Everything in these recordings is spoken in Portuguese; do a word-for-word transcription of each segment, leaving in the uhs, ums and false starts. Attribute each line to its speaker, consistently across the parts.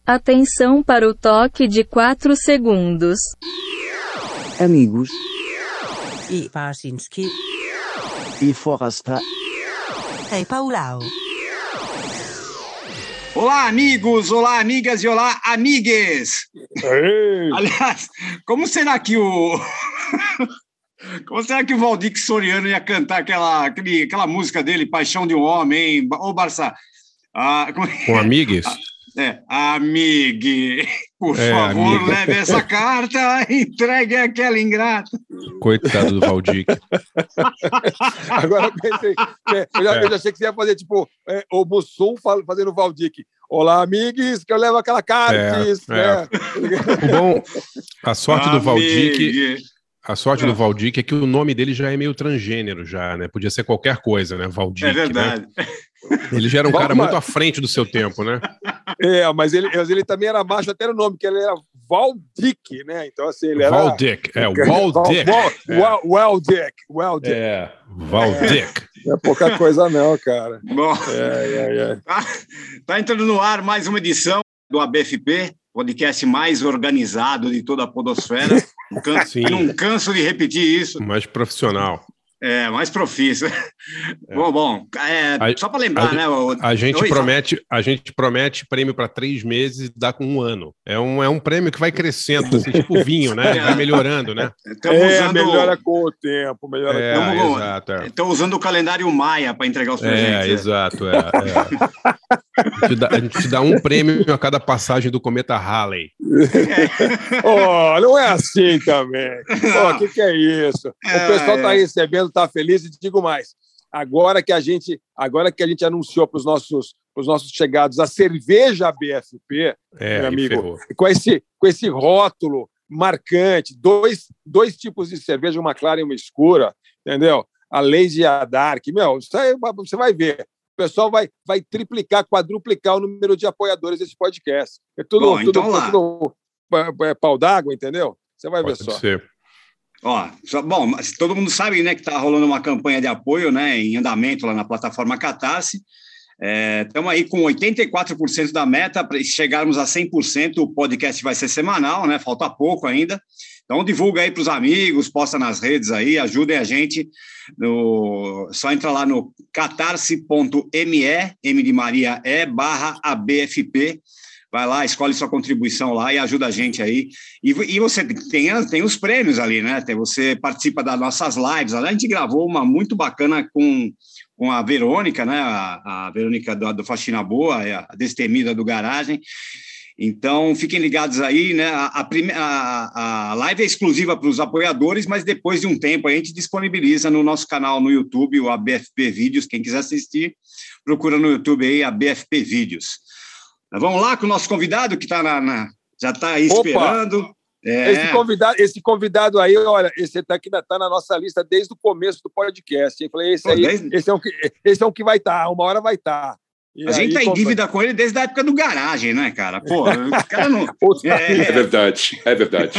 Speaker 1: Atenção para o toque de quatro segundos.
Speaker 2: Amigos.
Speaker 3: E Paczynski.
Speaker 2: E Forrasta.
Speaker 3: Hey Paulão.
Speaker 4: Olá, amigos, olá, amigas e olá, amigues.
Speaker 5: Ei.
Speaker 4: Aliás, como será que o... Como será que o Valdir Soriano ia cantar aquela, aquele, aquela música dele, Paixão de um Homem, hein? Ô, Barça... Ah, como...
Speaker 5: Com amigues?
Speaker 4: É, amigue, por
Speaker 5: é,
Speaker 4: favor,
Speaker 5: amiga.
Speaker 4: leve essa carta, entregue aquela ingrata.
Speaker 5: Coitado do Valdir.
Speaker 6: Agora eu pensei, eu já,
Speaker 5: É.
Speaker 6: eu já achei que você ia fazer tipo é, o Mussum fazendo o Valdir. Olá, amigos, que eu levo aquela carta.
Speaker 5: É,
Speaker 6: isso,
Speaker 5: é.
Speaker 6: né?
Speaker 5: O bom, a sorte do Valdir,
Speaker 4: Amigue.
Speaker 5: a sorte do Valdir é que o nome dele já é meio transgênero já, né? Podia ser qualquer coisa, né? Valdir.
Speaker 4: É verdade.
Speaker 5: Né? Ele já era um
Speaker 6: Vamos
Speaker 5: cara
Speaker 6: lá.
Speaker 5: muito à frente do seu tempo, né?
Speaker 6: É, mas ele, mas ele também era macho até no nome, que ele era Valdick, né? Então, assim, ele era...
Speaker 5: Valdick, é, Waldick.
Speaker 6: Val- Val- Waldick, Waldick.
Speaker 5: É, Valdick.
Speaker 6: Não é pouca coisa não, cara.
Speaker 4: Bom,
Speaker 6: É, é, é.
Speaker 4: tá, tá entrando no ar mais uma edição do A B F P, podcast mais organizado de toda a podosfera. Não canso,
Speaker 5: Sim.
Speaker 4: não canso de repetir isso.
Speaker 5: Mais profissional.
Speaker 4: É, mais profício. Bom, bom, é,
Speaker 5: A-
Speaker 4: só para lembrar,
Speaker 5: a-
Speaker 4: né? O,
Speaker 5: A gente,
Speaker 4: Oi,
Speaker 5: promete, a gente promete prêmio para três meses e dá com um ano. É um, é um prêmio que vai crescendo, assim, tipo vinho, né? Vai melhorando, né?
Speaker 4: Estamos
Speaker 6: É,
Speaker 4: usando,
Speaker 6: melhora com o tempo, melhora
Speaker 5: É,
Speaker 6: com o tempo.
Speaker 4: Tamo-
Speaker 5: exato. É,
Speaker 4: estão usando o calendário Maia para entregar os presentes.
Speaker 5: é
Speaker 4: né?
Speaker 5: exato. É, é. A, gente dá, a gente dá um prêmio a cada passagem do cometa Halley.
Speaker 6: Oh, não é assim também. O que, que é isso?
Speaker 4: É,
Speaker 6: O pessoal está
Speaker 4: é.
Speaker 6: recebendo, está feliz, e te digo mais. Agora que a gente, agora que a gente anunciou para os nossos, pros nossos chegados a cerveja B F P,
Speaker 5: É,
Speaker 6: meu
Speaker 5: e
Speaker 6: amigo,
Speaker 5: ferrou.
Speaker 6: com esse, com esse rótulo marcante, dois, dois tipos de cerveja, uma clara e uma escura, entendeu? A Lazy e a Dark. Meu, isso aí você vai ver. O pessoal vai, vai triplicar, quadruplicar o número de apoiadores desse podcast. É tudo,
Speaker 4: Bom,
Speaker 6: tudo,
Speaker 4: então lá.
Speaker 6: tudo é, é pau d'água, entendeu? Você vai ver
Speaker 5: Pode
Speaker 6: só.
Speaker 5: ser.
Speaker 4: Ó, só, bom, mas todo mundo sabe, né, que está rolando uma campanha de apoio, né, em andamento lá na plataforma Catarse. Estamos aí com oitenta e quatro por cento da meta. Para chegarmos a cem por cento, o podcast vai ser semanal, né? Falta pouco ainda. Então, divulga aí para os amigos, posta nas redes aí, ajudem a gente. No... Só entra lá no catarse.me, M de Maria E, barra A B F P. Vai lá, escolhe sua contribuição lá e ajuda a gente aí. E, e você tem, tem os prêmios ali, né? Tem, você participa das nossas lives. A gente gravou uma muito bacana com, com a Verônica, né? A, a Verônica do, do Faxina Boa, a destemida do Garagem. Então, fiquem ligados aí, né? A, a, prime, a, a live é exclusiva para os apoiadores, mas depois de um tempo a gente disponibiliza no nosso canal no YouTube, o A B F P Vídeos. Quem quiser assistir, procura no YouTube aí, A B F P Vídeos. Vamos lá com o nosso convidado, que tá na, na, já está aí
Speaker 6: Opa!
Speaker 4: esperando. É.
Speaker 6: Esse, convidado, esse convidado aí, olha, esse tá aqui tá na nossa lista desde o começo do podcast. Eu falei, esse
Speaker 4: Pô,
Speaker 6: aí,
Speaker 4: desde-
Speaker 6: esse é o que, esse é o que vai estar, uma hora vai estar.
Speaker 4: A gente está em dívida com ele desde a época do Garagem, né, cara? Pô, o cara não...
Speaker 6: É,
Speaker 7: É verdade, é verdade.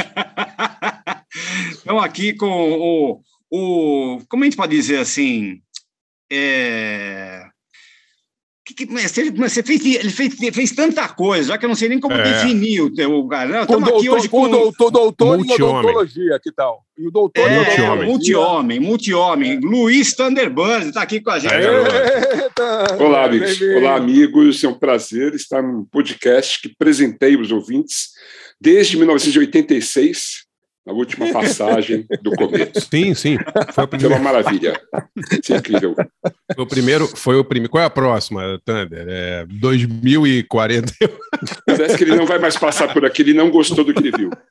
Speaker 4: Estamos aqui com o, o... Como a gente pode dizer assim? É... Que, que, mas ele, mas você fez, ele fez, fez tanta coisa, já que eu não sei nem como
Speaker 5: É.
Speaker 4: definir o teu cara. Não,
Speaker 6: com,
Speaker 4: estamos aqui
Speaker 6: doutor,
Speaker 4: hoje
Speaker 6: com,
Speaker 4: com...
Speaker 6: doutor, doutor em
Speaker 5: Multi-homem.
Speaker 6: odontologia, que tal? E o doutor
Speaker 4: É,
Speaker 6: em
Speaker 5: Multi-homem.
Speaker 4: multi-homem, multi-homem. Luiz Thunderbird está aqui com a gente.
Speaker 6: Eita,
Speaker 7: Olá, amigos.
Speaker 6: bem-vindo.
Speaker 7: Olá, amigos. É um prazer estar num podcast que presenteia os ouvintes desde mil novecentos e oitenta e seis, na última passagem do cometa.
Speaker 5: Sim, sim. Foi o
Speaker 7: Foi uma
Speaker 5: primeiro.
Speaker 7: maravilha. Isso é incrível.
Speaker 5: Foi o primeiro, foi o primeiro. Qual é a próxima, Thunder? É dois mil e quarenta.
Speaker 7: Parece que ele não vai mais passar por aqui, ele não gostou do que ele viu.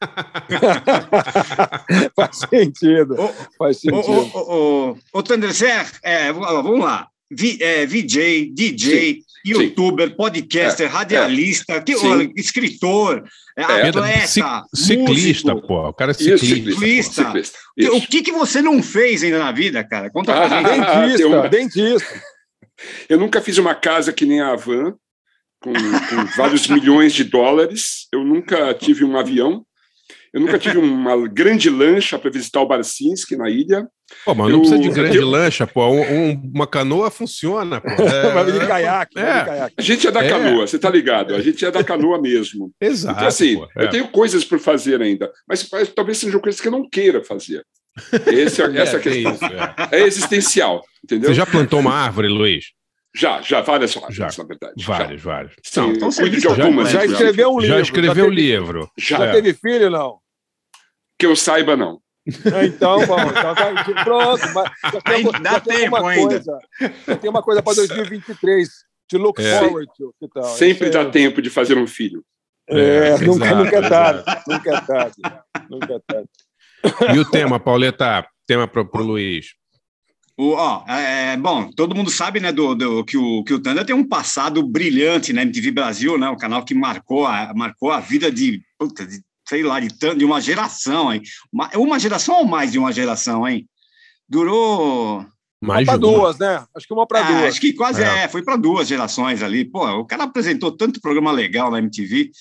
Speaker 6: Faz sentido.
Speaker 4: Ô,
Speaker 6: Faz
Speaker 4: Ô,
Speaker 6: sentido.
Speaker 4: ô, ô, ô, ô Thunder, você é, é, vamos lá. V, é, V J, D J,
Speaker 7: Sim,
Speaker 4: youtuber, podcaster,
Speaker 7: É,
Speaker 4: radialista, que,
Speaker 7: sim.
Speaker 4: olha, escritor, é, atleta,
Speaker 5: Cic- Ciclista,
Speaker 4: músico,
Speaker 5: pô. O cara é
Speaker 7: Isso,
Speaker 5: ciclista.
Speaker 4: ciclista.
Speaker 7: ciclista.
Speaker 4: Que- O
Speaker 7: Isso.
Speaker 4: que, que você não fez ainda na vida, cara? Conta pra
Speaker 7: Ah,
Speaker 4: gente.
Speaker 7: tem
Speaker 6: Dentista,
Speaker 7: uma-
Speaker 6: dentista.
Speaker 7: Eu nunca fiz uma casa que nem a Havan, com, com vários milhões de dólares. Eu nunca tive um avião. Eu nunca tive uma grande lancha para visitar o Barcinski na ilha.
Speaker 5: Pô, mas
Speaker 7: eu,
Speaker 5: não precisa de grande
Speaker 7: eu,
Speaker 5: lancha, pô. Um, um, uma canoa funciona, pô. É,
Speaker 6: vai vir de caiaque,
Speaker 5: é.
Speaker 6: vai vir de caiaque.
Speaker 7: A gente é da
Speaker 5: É.
Speaker 7: canoa, você tá ligado? A gente é da canoa mesmo.
Speaker 5: Exato.
Speaker 7: Então, assim,
Speaker 5: pô, é.
Speaker 7: eu tenho coisas por fazer ainda, mas, mas talvez sejam coisas que eu não queira fazer. Esse, é, essa é a questão.
Speaker 5: Isso, é.
Speaker 7: É existencial, entendeu?
Speaker 5: Você já plantou uma árvore, Luiz?
Speaker 7: Já, já, várias árvores,
Speaker 5: Já.
Speaker 7: na verdade.
Speaker 5: Vários, vários.
Speaker 7: Sim,
Speaker 4: Não, então
Speaker 7: eu
Speaker 4: você
Speaker 7: cuido de
Speaker 4: já-
Speaker 7: algumas.
Speaker 6: Já
Speaker 4: Já
Speaker 6: escreveu um livro.
Speaker 5: Já escreveu o
Speaker 6: teve,
Speaker 5: livro.
Speaker 7: Já,
Speaker 6: Já
Speaker 5: É.
Speaker 6: teve filho, não?
Speaker 7: que eu saiba, não.
Speaker 6: Ah, Então, bom, então tá, pronto. Mas já tem,
Speaker 4: Ainda dá
Speaker 6: já tem
Speaker 4: tempo
Speaker 6: uma
Speaker 4: ainda.
Speaker 6: coisa, já tem uma coisa para dois mil e vinte e três. To look
Speaker 5: É.
Speaker 6: forward to. Que tal?
Speaker 7: Sempre
Speaker 6: Isso
Speaker 7: dá
Speaker 6: é-
Speaker 7: tempo de fazer um filho.
Speaker 6: É,
Speaker 5: É,
Speaker 6: nunca,
Speaker 5: exato,
Speaker 6: nunca é
Speaker 5: exato.
Speaker 6: tarde. Nunca é tarde. Nunca é tarde.
Speaker 5: E o tema, Pauleta? Tema para o Luiz.
Speaker 4: O, ó, é, bom, todo mundo sabe, né, do, do, que, o, que o Thunder tem um passado brilhante na M T V Brasil, né, um canal que marcou a, marcou a vida de, puta, de, sei lá, de, tan- de uma geração, hein? Uma, uma geração ou mais de uma geração, hein? Durou...
Speaker 5: Mais
Speaker 6: Para
Speaker 5: de uma.
Speaker 6: duas, né? Acho que uma para
Speaker 4: Ah,
Speaker 6: duas.
Speaker 4: acho que quase
Speaker 5: É.
Speaker 4: é, foi para duas gerações ali. Pô, o cara apresentou tanto programa legal na M T V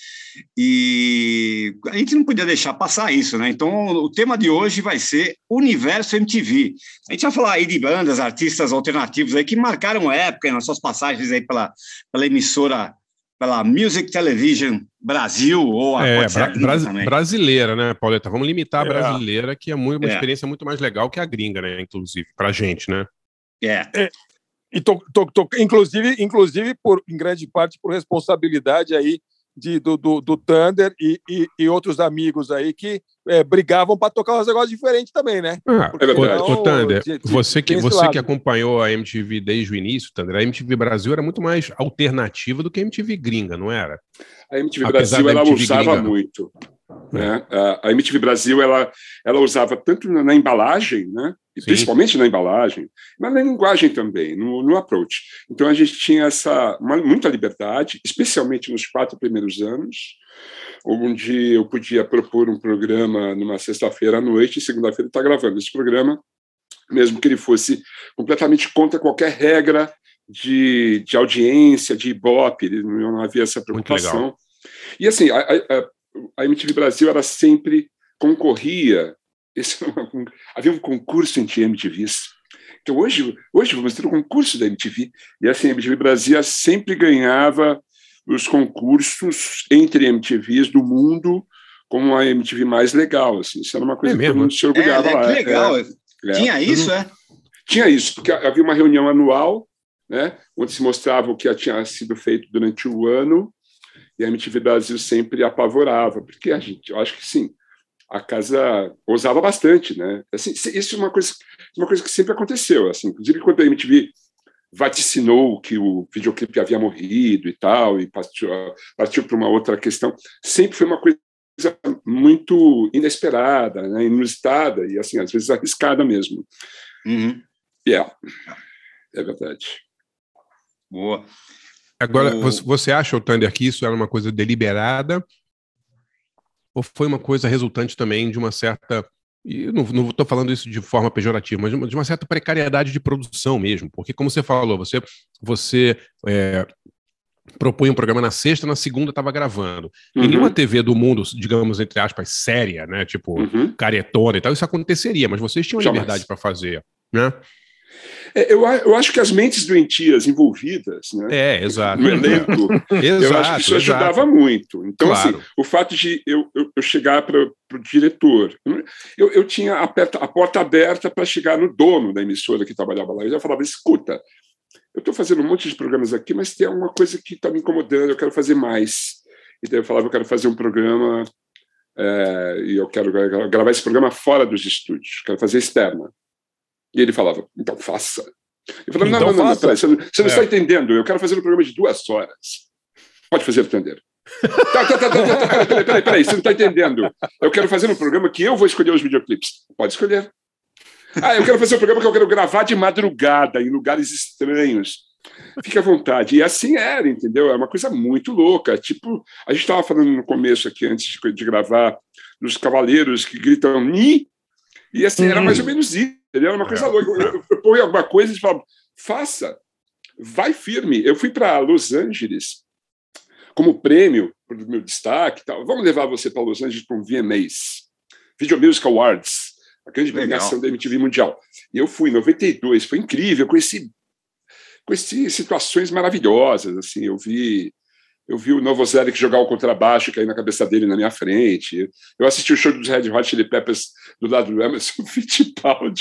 Speaker 4: e a gente não podia deixar passar isso, né? Então, o tema de hoje vai ser Universo M T V. A gente vai falar aí de bandas, artistas alternativos aí que marcaram época nas suas passagens aí pela, pela emissora, pela Music Television Brasil ou a
Speaker 5: É,
Speaker 4: pode ser a
Speaker 5: bra-
Speaker 4: gringa
Speaker 5: bras-
Speaker 4: também.
Speaker 5: brasileira, né, Pauleta? Vamos limitar a
Speaker 6: É.
Speaker 5: brasileira, que é muito, uma
Speaker 4: É.
Speaker 5: experiência muito mais legal que a gringa, né? Inclusive, pra gente, né?
Speaker 4: É.
Speaker 6: E tô, tô, tô- inclusive, inclusive por, em grande parte por responsabilidade aí de, do, do, do Thunder e, e, e outros amigos aí que é, brigavam para tocar uns negócios diferentes também, né?
Speaker 5: Ah,
Speaker 6: Porque
Speaker 7: é verdade.
Speaker 5: ô, ô, Thunder,
Speaker 6: de- de-
Speaker 5: você, que,
Speaker 6: tem esse
Speaker 5: você
Speaker 6: lado.
Speaker 5: que acompanhou a M T V desde o início, Thunder, a M T V Brasil era muito mais alternativa do que a M T V gringa, não era?
Speaker 7: A M T V
Speaker 5: Apesar
Speaker 7: Brasil
Speaker 5: da
Speaker 7: ela
Speaker 5: M T V
Speaker 7: usava
Speaker 5: gringa.
Speaker 7: muito. Né? A a M T V Brasil ela, ela usava tanto na, na embalagem, né? E
Speaker 5: Sim.
Speaker 7: principalmente na embalagem, mas na linguagem também, no, no approach. Então a gente tinha essa uma, muita liberdade, especialmente nos quatro primeiros anos, onde eu podia propor um programa numa sexta-feira à noite e segunda-feira estar gravando esse programa, mesmo que ele fosse completamente contra qualquer regra de, de audiência, de ibope, ele não não havia essa
Speaker 5: Muito legal.
Speaker 7: preocupação. E assim, a, a, a M T V Brasil ela sempre concorria, esse, um, havia um concurso entre M T Vs. Então hoje, hoje vamos ter um concurso da M T V, e assim, a M T V Brasil sempre ganhava os concursos entre M T Vs do mundo como a M T V mais legal. Assim. Isso era uma coisa
Speaker 5: É
Speaker 7: que
Speaker 5: mesmo?
Speaker 7: todo mundo se
Speaker 4: É,
Speaker 7: orgulhava
Speaker 4: né,
Speaker 7: lá.
Speaker 4: que legal.
Speaker 7: É, é.
Speaker 4: Tinha isso, é?
Speaker 7: Tinha isso, porque havia uma reunião anual, né, onde se mostrava o que tinha sido feito durante o ano, e a M T V Brasil sempre apavorava, porque a gente, eu acho que sim, a casa ousava bastante, né? Assim, isso é uma coisa, uma coisa que sempre aconteceu, assim, inclusive quando a M T V vaticinou que o videoclipe havia morrido e tal, e partiu, partiu para uma outra questão, sempre foi uma coisa muito inesperada, né, inusitada, e assim, às vezes arriscada mesmo.
Speaker 4: Uhum.
Speaker 7: Yeah. É verdade.
Speaker 4: Boa.
Speaker 5: Agora,
Speaker 4: O-
Speaker 5: você, você acha, Thunder, que isso era uma coisa deliberada ou foi uma coisa resultante também de uma certa... E eu não estou falando isso de forma pejorativa, mas de uma, de uma certa precariedade de produção mesmo, porque como você falou, você, você é, propõe um programa na sexta, na segunda estava gravando.
Speaker 7: Uhum.
Speaker 5: Em nenhuma T V do mundo, digamos, entre aspas, séria, né, tipo
Speaker 7: Uhum.
Speaker 5: caretona e tal, isso aconteceria, mas vocês tinham
Speaker 7: Jamais.
Speaker 5: liberdade para fazer, né?
Speaker 7: É, eu, a- eu acho que as mentes doentias envolvidas, né,
Speaker 5: É, exato.
Speaker 7: no elenco, eu
Speaker 5: Exato,
Speaker 7: acho que isso
Speaker 5: exato.
Speaker 7: ajudava muito. Então,
Speaker 5: Claro.
Speaker 7: assim, o fato de eu, eu, eu chegar para o diretor, eu, eu tinha a, perta- a porta aberta para chegar no dono da emissora que trabalhava lá. Eu já falava, escuta, eu estou fazendo um monte de programas aqui, mas tem alguma coisa que está me incomodando, eu quero fazer mais. E daí eu falava, eu quero fazer um programa, é, e eu quero gra- gravar esse programa fora dos estúdios, quero fazer externa. E ele falava, então faça. Eu falava, não,
Speaker 5: Então
Speaker 7: não, não, não,
Speaker 5: faça.
Speaker 7: peraí, você não, você não
Speaker 5: É.
Speaker 7: está entendendo, eu quero fazer um programa de duas horas. Pode fazer, Thunder. Tá, tá, tá, tá, tá, tá, peraí, peraí, peraí, você não está entendendo. Eu quero fazer um programa que eu vou escolher os videoclipes. Pode escolher. Ah, eu quero fazer um programa que eu quero gravar de madrugada, em lugares estranhos. Fique à vontade. E assim era, entendeu? É uma coisa muito louca. Tipo, a gente estava falando no começo aqui, antes de, de gravar, dos cavaleiros que gritam Ni, e assim, era mais ou menos isso. Era uma coisa
Speaker 5: É.
Speaker 7: louca. Eu, eu, eu ponho alguma coisa e falo, faça, vai firme. Eu fui para Los Angeles como prêmio para o meu destaque, tal, vamos levar você para Los Angeles para um V M As, Video Music Awards, a grande premiação da M T V Mundial. E eu fui em noventa e dois, foi incrível, eu conheci, conheci situações maravilhosas, assim, eu vi... Eu vi o Novoselic jogar o contrabaixo e cair na cabeça dele na minha frente. Eu assisti o show dos Red Hot Chili Peppers do lado do Emerson Fittipaldi.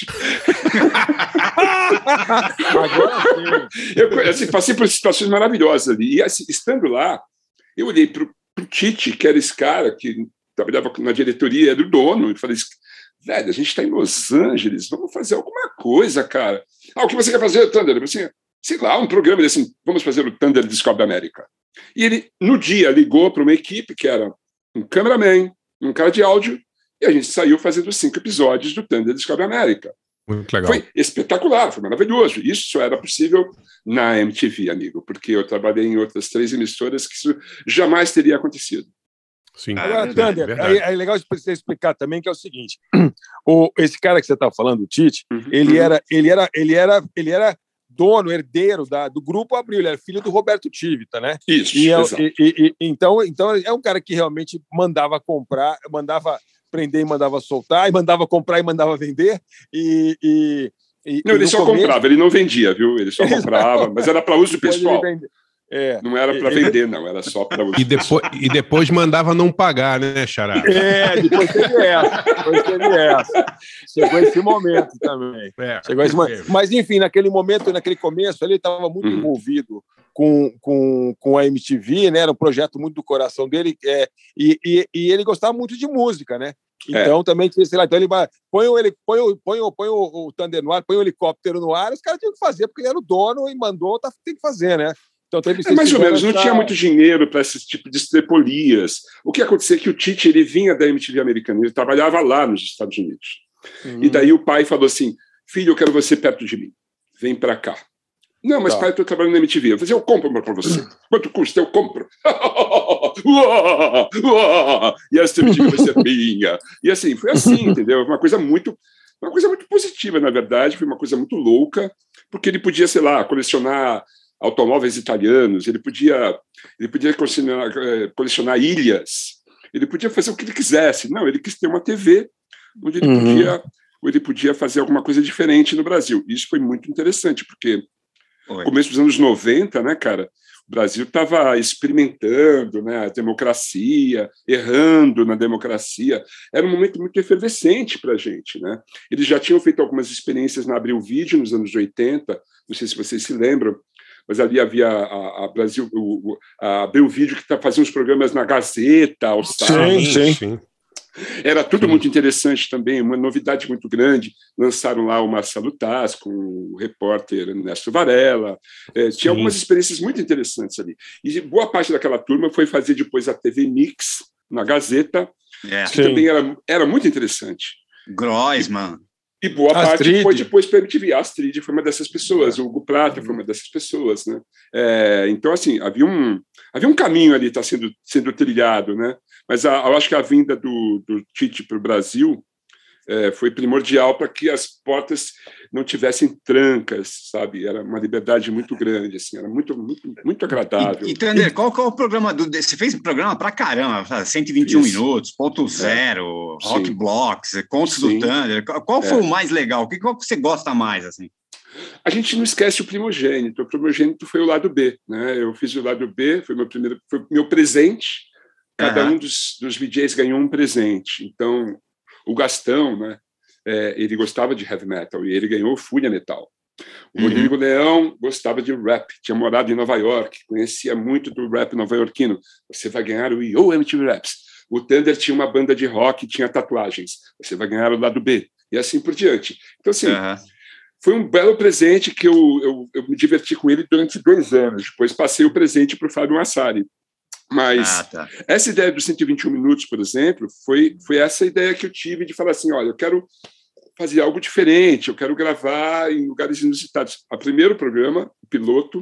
Speaker 6: Agora sim.
Speaker 7: Eu assim, passei por situações maravilhosas ali. E assim, estando lá, eu olhei para o Tite, que era esse cara que trabalhava na diretoria, era o dono, e falei, velho, a gente está em Los Angeles, vamos fazer alguma coisa, cara. Ah, o que você quer fazer, Thunder? Eu assim, sei lá, um programa, ele assim, vamos fazer o Thunder Descobre a América. E ele, no dia, ligou para uma equipe que era um cameraman, um cara de áudio, e a gente saiu fazendo cinco episódios do Thunder Descobre a América.
Speaker 5: Muito legal.
Speaker 7: Foi espetacular, foi maravilhoso. Isso só era possível na M T V, amigo, porque eu trabalhei em outras três emissoras que isso jamais teria acontecido.
Speaker 5: Sim.
Speaker 6: Agora,
Speaker 5: é
Speaker 6: Thunder,
Speaker 5: verdade.
Speaker 6: é, é legal você explicar também que é o seguinte: o, esse cara que você está falando, o Tite,
Speaker 7: Uhum.
Speaker 6: ele era, ele era, ele era, ele era dono, herdeiro da, do Grupo Abril, ele era filho do Roberto Tivita, né?
Speaker 7: Isso,
Speaker 6: E, é,
Speaker 7: exato.
Speaker 6: e, e, e então, então é um cara que realmente mandava comprar, mandava prender e mandava soltar, e mandava comprar e mandava vender, e... e e,
Speaker 7: Não,
Speaker 6: e
Speaker 7: ele
Speaker 6: no
Speaker 7: só
Speaker 6: começo,
Speaker 7: comprava, ele não vendia, viu? Ele só comprava, mas era para uso
Speaker 6: depois ele
Speaker 7: pessoal.
Speaker 6: vende- É,
Speaker 7: Não era para
Speaker 6: E- e-
Speaker 7: vender, não, era só para uso
Speaker 5: E depois, e depois mandava não pagar, né, Xará?
Speaker 6: é, depois teve essa, depois teve essa. Chegou esse momento também.
Speaker 5: É.
Speaker 6: Chegou esse momento. Mas, enfim, naquele momento, naquele começo, ele estava muito
Speaker 7: Uhum.
Speaker 6: envolvido com, com, com a M T V, né? Era um projeto muito do coração dele, é, e, e, e ele gostava muito de música, né? Então, também, sei lá, então ele vai, põe o, ele, põe o, põe o, põe o, o Thunder no ar, põe o helicóptero no ar, os caras tinham que fazer, porque ele era o dono e mandou, tá, tem que fazer, né? Então, teve
Speaker 7: É, mais ou menos, não
Speaker 6: essa-
Speaker 7: tinha muito dinheiro para esse tipo de estrepolias. O que acontecia é que o Tite ele vinha da M T V americana, ele trabalhava lá nos Estados Unidos.
Speaker 6: Hum.
Speaker 7: E daí o pai falou assim, filho, eu quero você perto de mim, vem para cá. Não, mas
Speaker 6: Tá.
Speaker 7: pai, eu estou trabalhando na M T V. Eu falei, eu compro para você. Quanto custa? Eu compro. E essa M T V vai ser minha. E assim, foi assim, entendeu? Uma coisa muito, uma coisa muito positiva, na verdade, foi uma coisa muito louca, porque ele podia, sei lá, colecionar automóveis italianos, ele podia, ele podia colecionar, eh, colecionar ilhas, ele podia fazer o que ele quisesse. Não, ele quis ter uma T V onde ele,
Speaker 6: Uhum.
Speaker 7: podia, onde ele podia fazer alguma coisa diferente no Brasil. Isso foi muito interessante, porque
Speaker 4: Oi.
Speaker 7: no começo dos anos noventa, né, cara, o Brasil estava experimentando, né, a democracia, errando na democracia. Era um momento muito efervescente para a gente, né? Eles já tinham feito algumas experiências na Abril Vídeo nos anos oitenta, não sei se vocês se lembram, mas ali havia a, a Brasil, o, o- a Abril Vídeo que tá, fazia uns programas na Gazeta, ao sábado.
Speaker 6: Sim,
Speaker 5: sim.
Speaker 7: Era tudo
Speaker 5: Sim.
Speaker 7: muito interessante também, uma novidade muito grande. Lançaram lá o Marcelo Taz com o repórter Ernesto Varela. É, tinha algumas experiências muito interessantes ali. E boa parte daquela turma foi fazer depois a T V Mix na Gazeta,
Speaker 4: É.
Speaker 7: que também era, era muito interessante.
Speaker 4: Groisman.
Speaker 7: E boa
Speaker 6: Astrid.
Speaker 7: parte foi depois para a M T V. A Astrid foi uma dessas pessoas, o Hugo Prata foi uma dessas pessoas, né? É, então, assim, havia um, havia um caminho ali tá sendo, sendo trilhado, né? Mas a, eu acho que a vinda do, do Tite para o Brasil é, foi primordial para que as portas não tivessem trancas, sabe? Era uma liberdade muito grande, assim, era muito, muito, muito agradável.
Speaker 4: E, e Thunder, qual que é o programa? Do, você fez um programa pra caramba, sabe? cento e vinte e um
Speaker 7: Isso.
Speaker 4: minutos, ponto zero,
Speaker 7: Sim.
Speaker 4: Rock Blocks, Contos do
Speaker 7: Sim.
Speaker 4: Thunder. Qual qual foi
Speaker 7: É.
Speaker 4: o mais legal? Que- Qual que você gosta mais, assim?
Speaker 7: A gente não esquece o primogênito. O primogênito foi o lado B, né? Eu fiz o lado B, foi meu primeiro, foi meu presente. Cada
Speaker 4: Aham.
Speaker 7: um dos, dos V Js ganhou um presente. Então, o Gastão, né? É, ele gostava de heavy metal e ele ganhou Fúria Metal. O
Speaker 4: Uhum.
Speaker 7: Rodrigo Leão gostava de rap, tinha morado em Nova York, conhecia muito do rap nova-iorquino. Você vai ganhar o I O M T V Raps. O Thunder tinha uma banda de rock, tinha tatuagens. Você vai ganhar o lado B. E assim por diante. Então, assim,
Speaker 4: Aham.
Speaker 7: foi um belo presente que eu, eu, eu me diverti com ele durante dois anos. Depois passei o presente para o Fábio Massari. Mas
Speaker 4: Ah, tá.
Speaker 7: essa ideia dos cento e vinte e um minutos, por exemplo, foi, foi essa ideia que eu tive de falar assim, olha, eu quero fazer algo diferente, eu quero gravar em lugares inusitados. O primeiro programa, o piloto,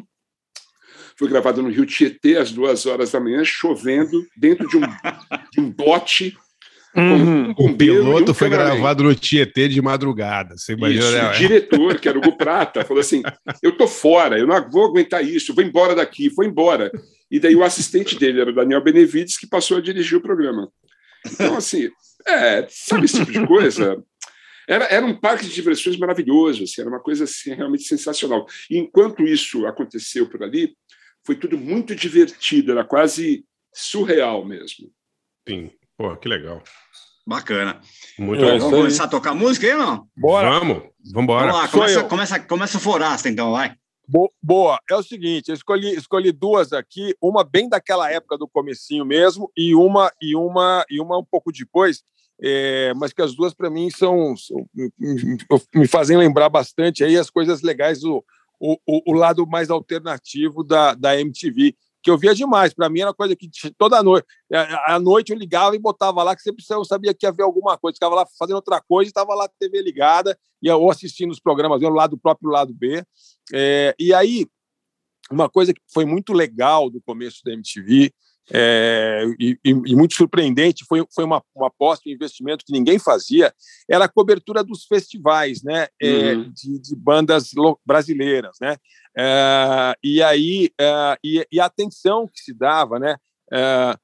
Speaker 7: foi gravado no Rio Tietê, às duas horas da manhã, chovendo, dentro de um, de um bote, com um
Speaker 5: O
Speaker 7: bombeiro e um
Speaker 5: piloto foi
Speaker 7: cameraman.
Speaker 5: gravado no Tietê de madrugada. Você imagina,
Speaker 7: Isso,
Speaker 5: né?
Speaker 7: o diretor, que era o Hugo Prata, falou assim, eu tô fora, eu não vou aguentar isso, eu vou embora daqui, foi embora. e daí o assistente dele era o Daniel Benevides, que passou a dirigir o programa. Então, assim, é, sabe esse tipo de coisa? Era, era um parque de diversões maravilhoso, assim, era uma coisa assim, realmente sensacional. E enquanto isso aconteceu por ali, foi tudo muito divertido, era quase surreal mesmo.
Speaker 5: Sim, pô, que legal.
Speaker 4: Bacana.
Speaker 5: Muito
Speaker 6: É,
Speaker 5: legal.
Speaker 4: Vamos começar a tocar música aí ou não?
Speaker 6: Bora.
Speaker 5: Vamos, vambora.
Speaker 4: Vamos lá,
Speaker 6: Sou
Speaker 4: começa,
Speaker 6: eu.
Speaker 4: começa, começa o Forasta, então, vai.
Speaker 6: Bo- Boa, é o seguinte, eu escolhi, escolhi duas aqui, uma bem daquela época do comecinho mesmo e uma e uma e uma um pouco depois, é, mas que as duas para mim são, são me fazem lembrar bastante aí as coisas legais, o, o, o lado mais alternativo da, da M T V, que eu via demais. Para mim era coisa que toda noite, à noite eu ligava e botava lá, que sempre eu sabia que ia ver alguma coisa, ficava lá fazendo outra coisa, estava lá a T V ligada, ia ou assistindo os programas, vendo lá do próprio lado B. É, e aí, uma coisa que foi muito legal do começo da M T V, é, e, e muito surpreendente, foi, foi uma, uma aposta, um investimento que ninguém fazia, era a cobertura dos festivais, né, é,
Speaker 7: Uhum.
Speaker 6: de, de bandas brasileiras, né, é, e aí é, e, e a atenção que se dava, né, é,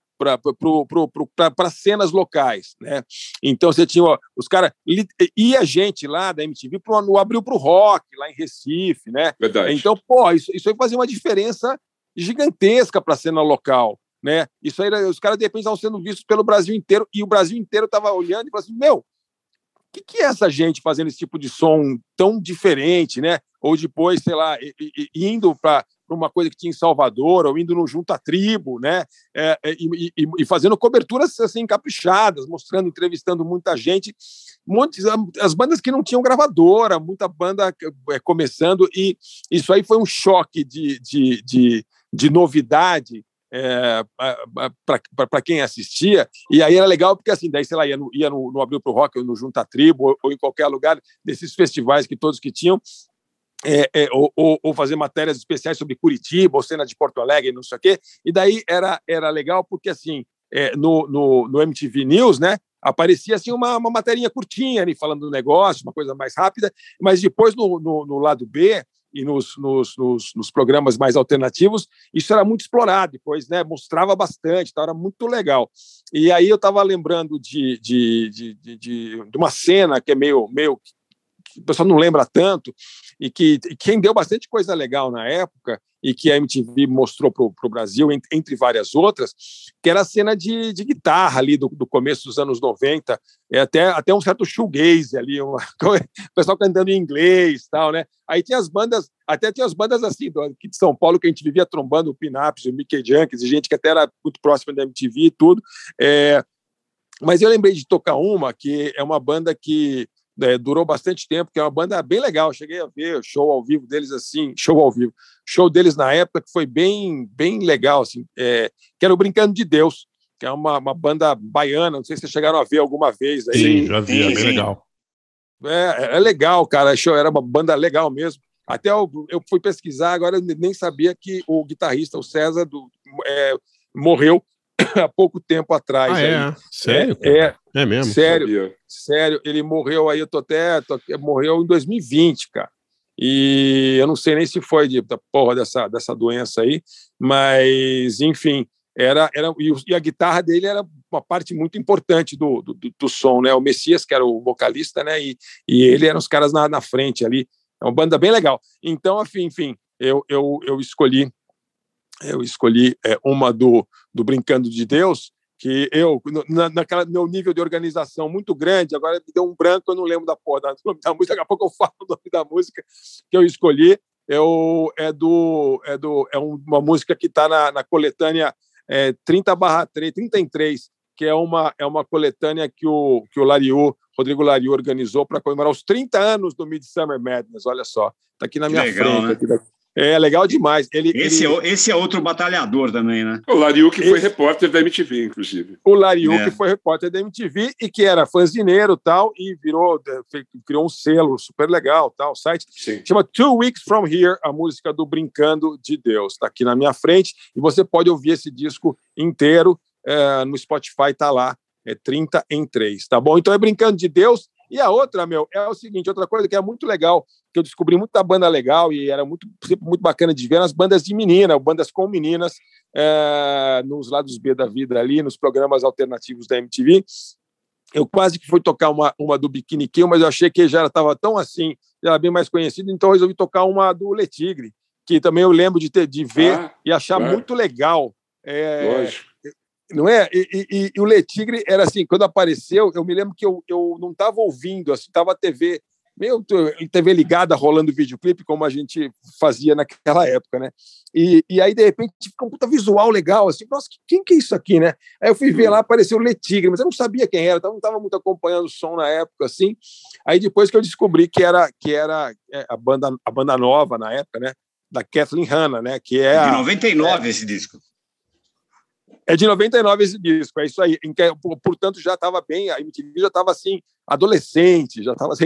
Speaker 6: para cenas locais, né? Então você tinha ó, os caras, ia gente lá da M T V pro, abriu para o rock lá em Recife, né?
Speaker 7: Verdade.
Speaker 6: Então, pô, isso, isso aí fazia uma diferença gigantesca para a cena local, né? Isso aí, os caras de repente estavam sendo vistos pelo Brasil inteiro e o Brasil inteiro estava olhando e falando assim, meu, o que, que é essa gente fazendo esse tipo de som tão diferente, né? Ou depois, sei lá, indo para uma coisa que tinha em Salvador, ou indo no Junta Tribo, né? É, e, e, e fazendo coberturas assim, caprichadas, mostrando, entrevistando muita gente, muitas, as bandas que não tinham gravadora, muita banda é, começando, e isso aí foi um choque de, de, de, de novidade é, para quem assistia, e aí era legal porque assim, daí sei lá, ia no, ia no, no Abril pro Rock, ou no Junta Tribo, ou, ou em qualquer lugar desses festivais que todos que tinham, É, é, ou, ou, ou fazer matérias especiais sobre Curitiba, ou cena de Porto Alegre, não sei o quê, e daí era, era legal porque, assim, é, no, no, no M T V News, né, aparecia, assim, uma, uma materinha curtinha ali, falando do negócio, uma coisa mais rápida, mas depois, no, no, no lado B, e nos, nos, nos, nos programas mais alternativos, isso era muito explorado, depois, né, mostrava bastante, então era muito legal. E aí eu estava lembrando de, de, de, de, de, de uma cena que é meio... meio que o pessoal não lembra tanto, e que quem deu bastante coisa legal na época, e que a M T V mostrou para o Brasil, entre várias outras, que era a cena de, de guitarra ali do, do começo dos anos noventa, é até, até um certo shoegaze ali, uma, o pessoal cantando em inglês e tal, né? Aí tinha as bandas, até tinha as bandas assim, do, aqui de São Paulo, que a gente vivia trombando o Pin-Ups, o Mickey Junkies, e gente que até era muito próxima da M T V e tudo. É, mas eu lembrei de tocar uma, que é uma banda que É, durou bastante tempo, que é uma banda bem legal. Eu cheguei a ver o show ao vivo deles, assim, show ao vivo, show deles na época, que foi bem, bem legal, assim, é, que era o Brincando de Deus, que é uma, uma banda baiana, não sei se vocês chegaram a ver alguma vez. Aí.
Speaker 5: Sim, já vi,
Speaker 4: sim,
Speaker 5: é bem
Speaker 4: sim.
Speaker 5: legal.
Speaker 6: É, é legal, cara, show, era uma banda legal mesmo. Até eu, eu fui pesquisar, agora eu nem sabia que o guitarrista, o César, do, é, morreu há pouco tempo atrás.
Speaker 5: Ah,
Speaker 6: aí.
Speaker 5: é? Sério?
Speaker 6: É, é,
Speaker 5: é mesmo?
Speaker 6: Sério,
Speaker 7: Sabia.
Speaker 6: sério, ele morreu aí, eu tô até, tô, morreu em dois mil e vinte, cara. E eu não sei nem se foi de, da porra dessa, dessa doença aí, mas, enfim, era, era e a guitarra dele era uma parte muito importante do, do, do som, né? O Messias, que era o vocalista, né? E, e ele eram os caras na, na frente ali. É uma banda bem legal. Então, enfim, enfim eu, eu, eu escolhi, eu escolhi é, uma do, do Brincando de Deus, que eu, na, naquela meu nível de organização muito grande, agora me deu um branco, eu não lembro da porra da, da música, daqui a pouco eu falo o nome da música que eu escolhi, eu, é, do, é, do, é uma música que está na, na coletânea é, trinta barra três, trinta e três, que é uma, é uma coletânea que o, que o Lariu, Rodrigo Lariu organizou para comemorar os trinta anos do Midsummer Madness, olha só, está aqui na
Speaker 4: Que
Speaker 6: minha
Speaker 4: legal,
Speaker 6: frente.
Speaker 4: né?
Speaker 6: Aqui da... É legal demais. Ele,
Speaker 4: Esse,
Speaker 6: ele...
Speaker 4: É, esse é outro batalhador também, né?
Speaker 7: O Lariu, que foi
Speaker 6: Esse...
Speaker 7: repórter da M T V, inclusive.
Speaker 6: O Lariu,
Speaker 4: é.
Speaker 6: que foi repórter da M T V e que era fanzineiro e tal, e virou, criou um selo super legal, tal, site.
Speaker 7: Sim.
Speaker 6: Chama Two Weeks From Here, a música do Brincando de Deus. Está aqui na minha frente e você pode ouvir esse disco inteiro é, no Spotify, tá lá, é trinta em três, tá bom? Então é Brincando de Deus E a outra, meu, é o seguinte, outra coisa que é muito legal, que eu descobri muita banda legal e era muito, sempre muito bacana de ver, as bandas de menina, bandas com meninas, é, nos lados B da vida ali, nos programas alternativos da M T V. Eu quase que fui tocar uma, uma do Bikini Kill, mas eu achei que já estava tão assim, já era bem mais conhecido, então eu resolvi tocar uma do Le Tigre, que também eu lembro de, ter, de ver ah, e achar claro. muito legal. É,
Speaker 7: Lógico.
Speaker 6: Não é? E, e, e o Le Tigre era assim, quando apareceu, eu me lembro que eu, eu não estava ouvindo, assim, estava a T V, meio T V ligada, rolando videoclipe, como a gente fazia naquela época, né? E, e aí, de repente, fica um puta visual legal, assim, nossa, quem que é isso aqui, né? Aí eu fui ver lá, apareceu o Le Tigre, mas eu não sabia quem era, então não estava muito acompanhando o som na época, assim. Aí depois que eu descobri que era, que era a, banda, a banda nova na época, né? Da Kathleen Hanna, né? Que é
Speaker 4: de noventa e nove
Speaker 6: é,
Speaker 4: esse disco.
Speaker 6: É de noventa e nove esse disco, é isso aí. Em que, portanto, já estava bem, a M T V já estava assim, adolescente, já estava assim,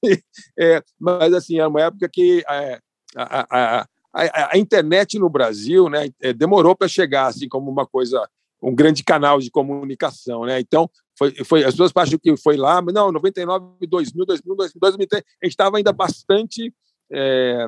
Speaker 6: é, mas assim, era uma época que é, a, a, a, a internet no Brasil, né, demorou para chegar assim como uma coisa, um grande canal de comunicação, né? Então, foi, foi, as pessoas acham que foi lá, mas não, noventa e nove, dois mil, dois mil, dois mil, dois mil e três, a gente estava ainda bastante é,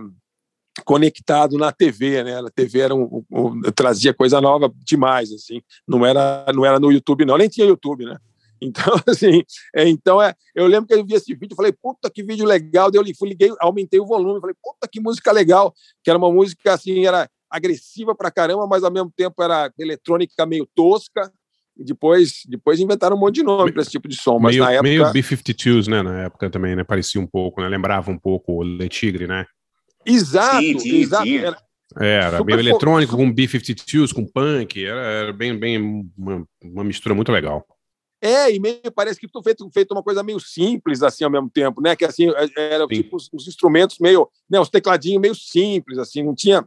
Speaker 6: conectado na T V, né? A T V era um, um, trazia coisa nova demais, assim. Não era, não era no YouTube, não. Nem tinha YouTube, né? Então, assim, é, então é, eu lembro que eu vi esse vídeo e falei, puta, que vídeo legal. Daí eu fui, liguei, aumentei o volume, falei, puta, que música legal. Que era uma música, assim, era agressiva pra caramba, mas ao mesmo tempo era eletrônica meio tosca. E depois, depois inventaram um monte de nome para esse tipo de som. Mas
Speaker 5: meio,
Speaker 6: na época...
Speaker 5: meio B cinquenta e dois, né? Na época também, né? Parecia um pouco, né? Lembrava um pouco o Le Tigre, né?
Speaker 6: Exato,
Speaker 4: sim, sim,
Speaker 6: exato.
Speaker 4: sim.
Speaker 6: Era,
Speaker 5: era meio eletrônico, super... com B cinquenta e dois, com punk, era, era bem, bem uma, uma mistura muito legal.
Speaker 6: É, e meio parece que tu feito, feito uma coisa meio simples, assim, ao mesmo tempo, né? Que, assim, eram tipo os, os instrumentos meio, né? Os tecladinhos meio simples, assim, não tinha...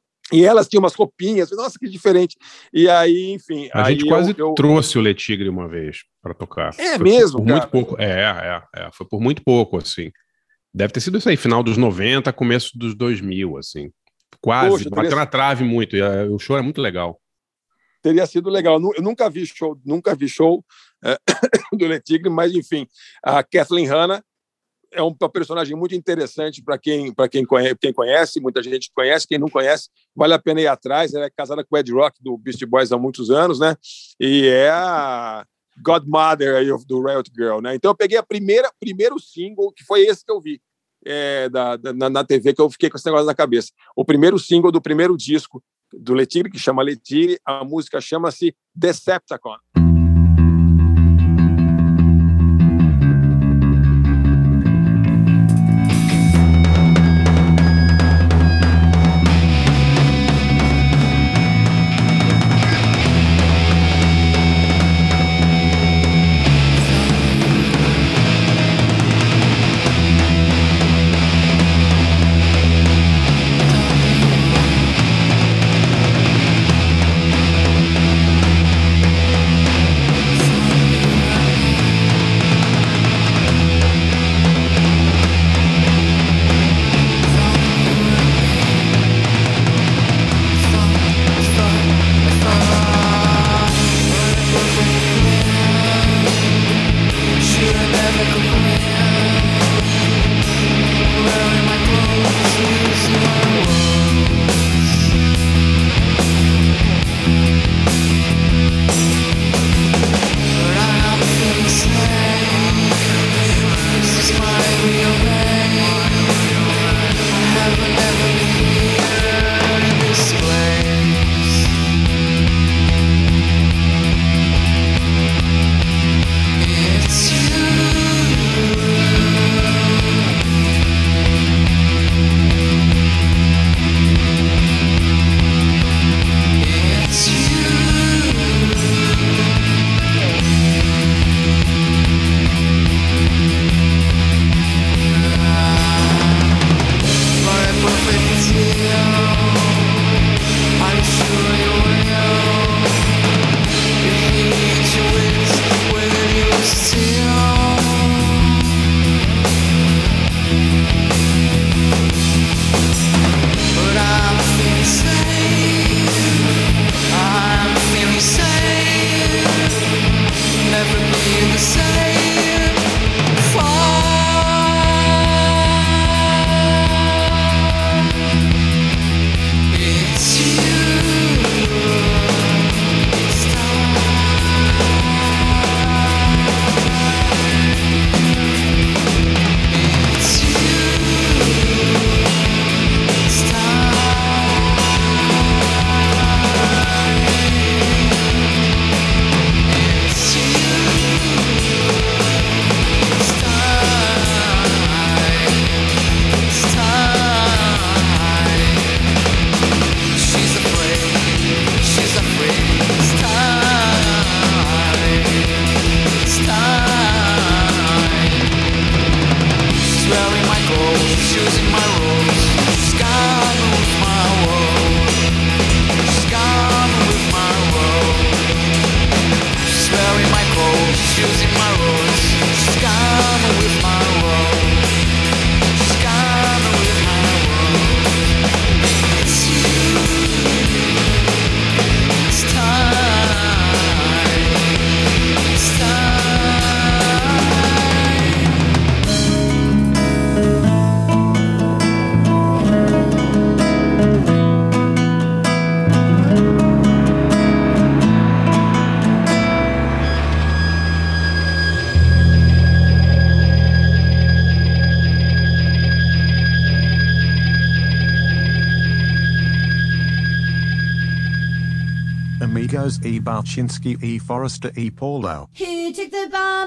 Speaker 6: E elas tinham umas roupinhas, nossa, que diferente. E aí, enfim...
Speaker 5: A
Speaker 6: aí
Speaker 5: gente quase
Speaker 6: eu, eu...
Speaker 5: trouxe o Le Tigre uma vez para tocar.
Speaker 6: É
Speaker 5: foi
Speaker 6: mesmo,
Speaker 5: por
Speaker 6: cara?
Speaker 5: muito pouco. É, é, é, foi por muito pouco, assim. Deve ter sido isso aí, final dos noventa, começo dos dois mil, assim. Quase,
Speaker 6: Poxa,
Speaker 5: bateu
Speaker 6: teria...
Speaker 5: na trave muito, e a, o show é muito legal.
Speaker 6: Teria sido legal. Eu nunca vi show, nunca vi show é, do Le Tigre, mas, enfim, a Kathleen Hanna é um personagem muito interessante para quem, para quem, conhece, quem conhece, muita gente conhece, quem não conhece, vale a pena ir atrás. Ela é casada com o Ed Rock, do Beastie Boys, há muitos anos, né? E é a Godmother aí do Riot Girl, né? Então eu peguei a primeira primeiro single, que foi esse que eu vi é, da, da, na, na T V, que eu fiquei com esse negócio na cabeça. O primeiro single do primeiro disco do Le Tigre, que chama Le Tigre, a música chama-se Decepticon.
Speaker 8: Never be the same. Fall Amigos e Balchinski e Forrester e Paulo.
Speaker 9: Who took the bomb?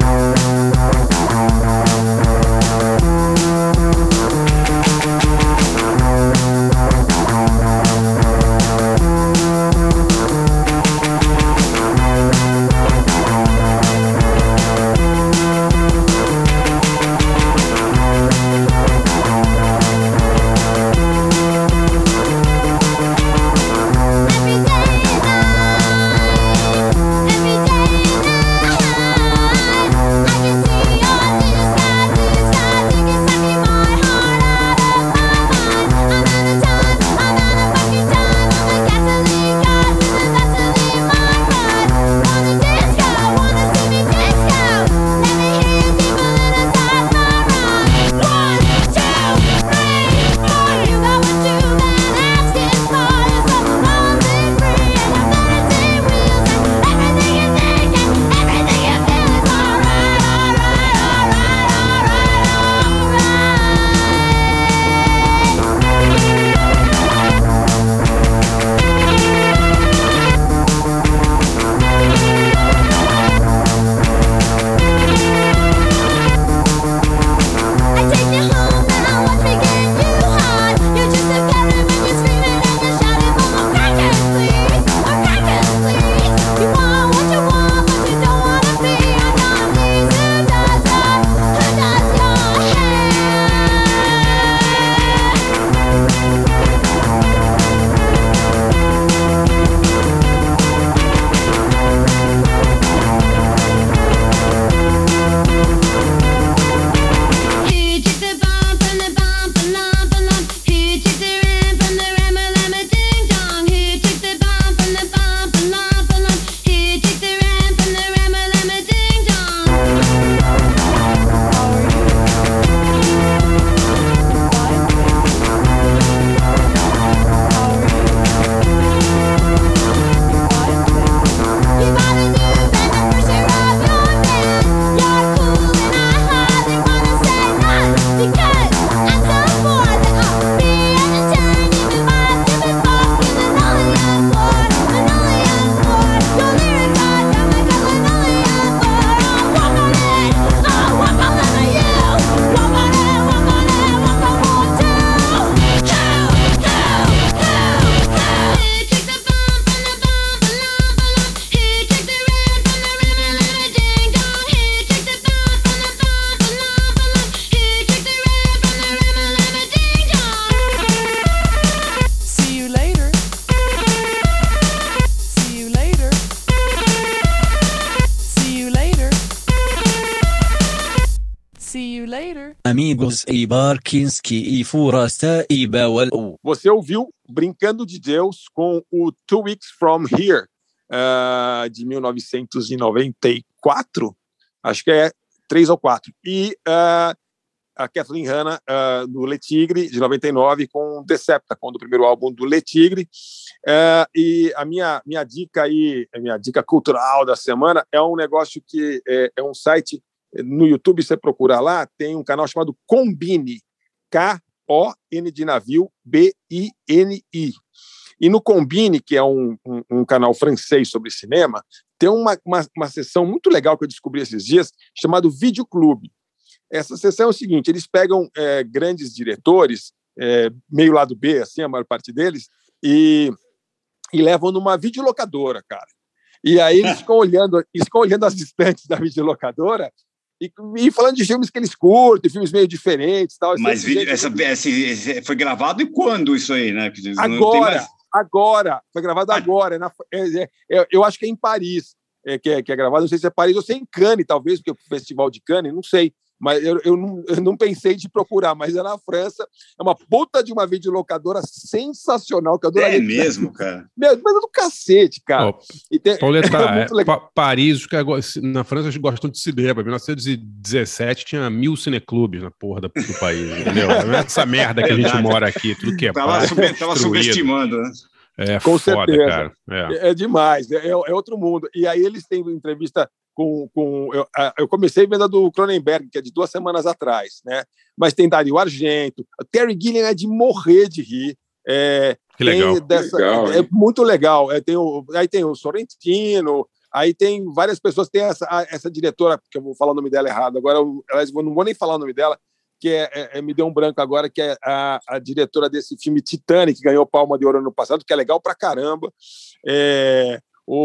Speaker 10: Amigos e Barkinski e Forrester e Paulo.
Speaker 6: Você ouviu Brincando de Deus com o Two Weeks From Here, uh, de mil novecentos e noventa e quatro, acho que é três ou quatro, e uh, a Kathleen Hanna uh, do Le Tigre, de noventa e nove, com Decepticon, do primeiro álbum do Le Tigre. Uh, e a minha, minha dica aí, a minha dica cultural da semana é um negócio que é, é um site no YouTube, você procurar lá, tem um canal chamado Combini, K O N de navio, B I N I. E no Combini, que é um, um, um canal francês sobre cinema, tem uma, uma, uma sessão muito legal que eu descobri esses dias, chamado Videoclube. Essa sessão é o seguinte, eles pegam é, grandes diretores, é, meio lado B, assim, a maior parte deles, e, e levam numa videolocadora, cara. E aí eles ficam olhando, eles ficam olhando as estantes da videolocadora e, e falando de filmes que eles curtem, filmes meio diferentes. Tal.
Speaker 4: Mas vídeo, essa, esse, foi gravado e quando isso aí, né?
Speaker 6: Agora, mais... agora. Foi gravado ah. agora. Na, é, é, eu acho que é em Paris é, que, é, que é gravado. Não sei se é Paris ou se é em Cannes, talvez, porque é o Festival de Cannes, não sei. Mas eu, eu, não, eu não pensei de procurar, mas é na França. É uma puta de uma videolocadora sensacional. Que eu
Speaker 4: é mesmo, cara?
Speaker 6: Meu, mas é do cacete, cara. Oh,
Speaker 5: e tem, Pauleta, é é, pa Paris, que na França eles gostam de cinema. Em mil novecentos e dezessete tinha mil cineclubes na porra do, do país, entendeu? Não é essa merda que a gente mora aqui, tudo que é
Speaker 4: Tava, super, tava subestimando, né?
Speaker 5: É
Speaker 6: Com
Speaker 5: foda,
Speaker 6: certeza.
Speaker 5: Cara.
Speaker 6: É, é demais, é, é outro mundo. E aí eles têm entrevista com... com eu, eu comecei vendo a do Cronenberg, que é de duas semanas atrás, né? Mas tem Dario Argento, Terry Gilliam é de morrer de rir, É,
Speaker 5: que legal.
Speaker 6: Dessa,
Speaker 7: legal
Speaker 6: é muito legal. É, tem o, aí tem o Sorrentino, aí tem várias pessoas, tem essa, essa diretora, que eu vou falar o nome dela errado, agora eu, eu não vou nem falar o nome dela, que é, é, me deu um branco agora, que é a, a diretora desse filme Titanic, que ganhou Palma de Ouro ano passado, que é legal pra caramba. É,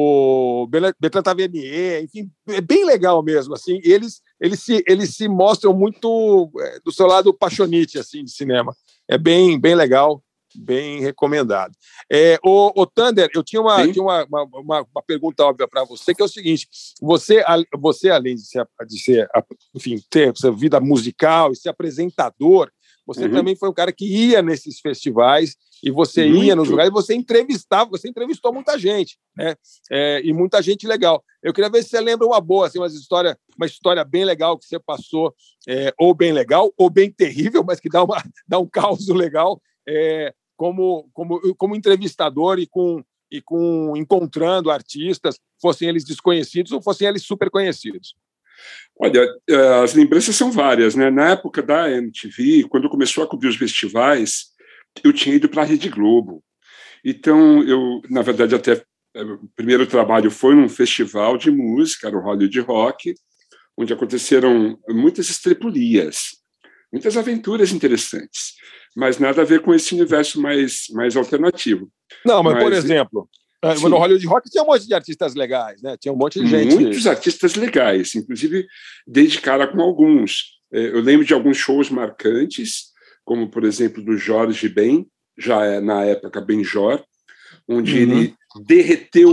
Speaker 6: o Bertrand Tavernier, enfim, é bem legal mesmo. Assim, eles, eles, se, eles se mostram muito é, do seu lado paixonite assim, de cinema. É bem, bem legal, bem recomendado. É, o, o Thunder, eu tinha uma, tinha uma, uma, uma, uma pergunta óbvia para você, que é o seguinte: você, você além de ser, de ser enfim, ter essa vida musical e ser apresentador, você uhum. também foi um cara que ia nesses festivais e você Muito. ia nos lugares e você entrevistava, você entrevistou muita gente, né? É, e muita gente legal. Eu queria ver se você lembra uma boa, assim, uma história, uma história bem legal que você passou, é, ou bem legal, ou bem terrível, mas que dá, uma, dá um caos legal, é, como, como, como entrevistador e com, e com encontrando artistas, fossem eles desconhecidos ou fossem eles super conhecidos.
Speaker 7: Olha, as lembranças são várias, né? Na época da M T V, quando começou a cobrir os festivais, eu tinha ido para a Rede Globo. Então, eu, na verdade, até o primeiro trabalho foi num festival de música, era o Hollywood Rock, onde aconteceram muitas estrepulias, muitas aventuras interessantes, mas nada a ver com esse universo mais, mais alternativo.
Speaker 6: Não, mas, mas por exemplo... Sim. No Hollywood Rock tinha um monte de artistas legais, né? Tinha um monte de gente...
Speaker 7: Muitos artistas legais, inclusive dei de cara com alguns. Eu lembro de alguns shows marcantes, como, por exemplo, do Jorge Ben, já é na época Benjor, onde uhum. ele derreteu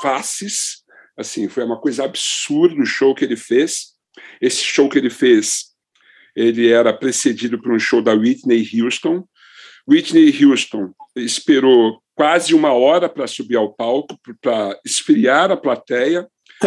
Speaker 7: faces, assim, foi uma coisa absurda o show que ele fez. Esse show que ele fez, ele era precedido por um show da Whitney Houston. Whitney Houston esperou quase uma hora para subir ao palco, para esfriar a plateia,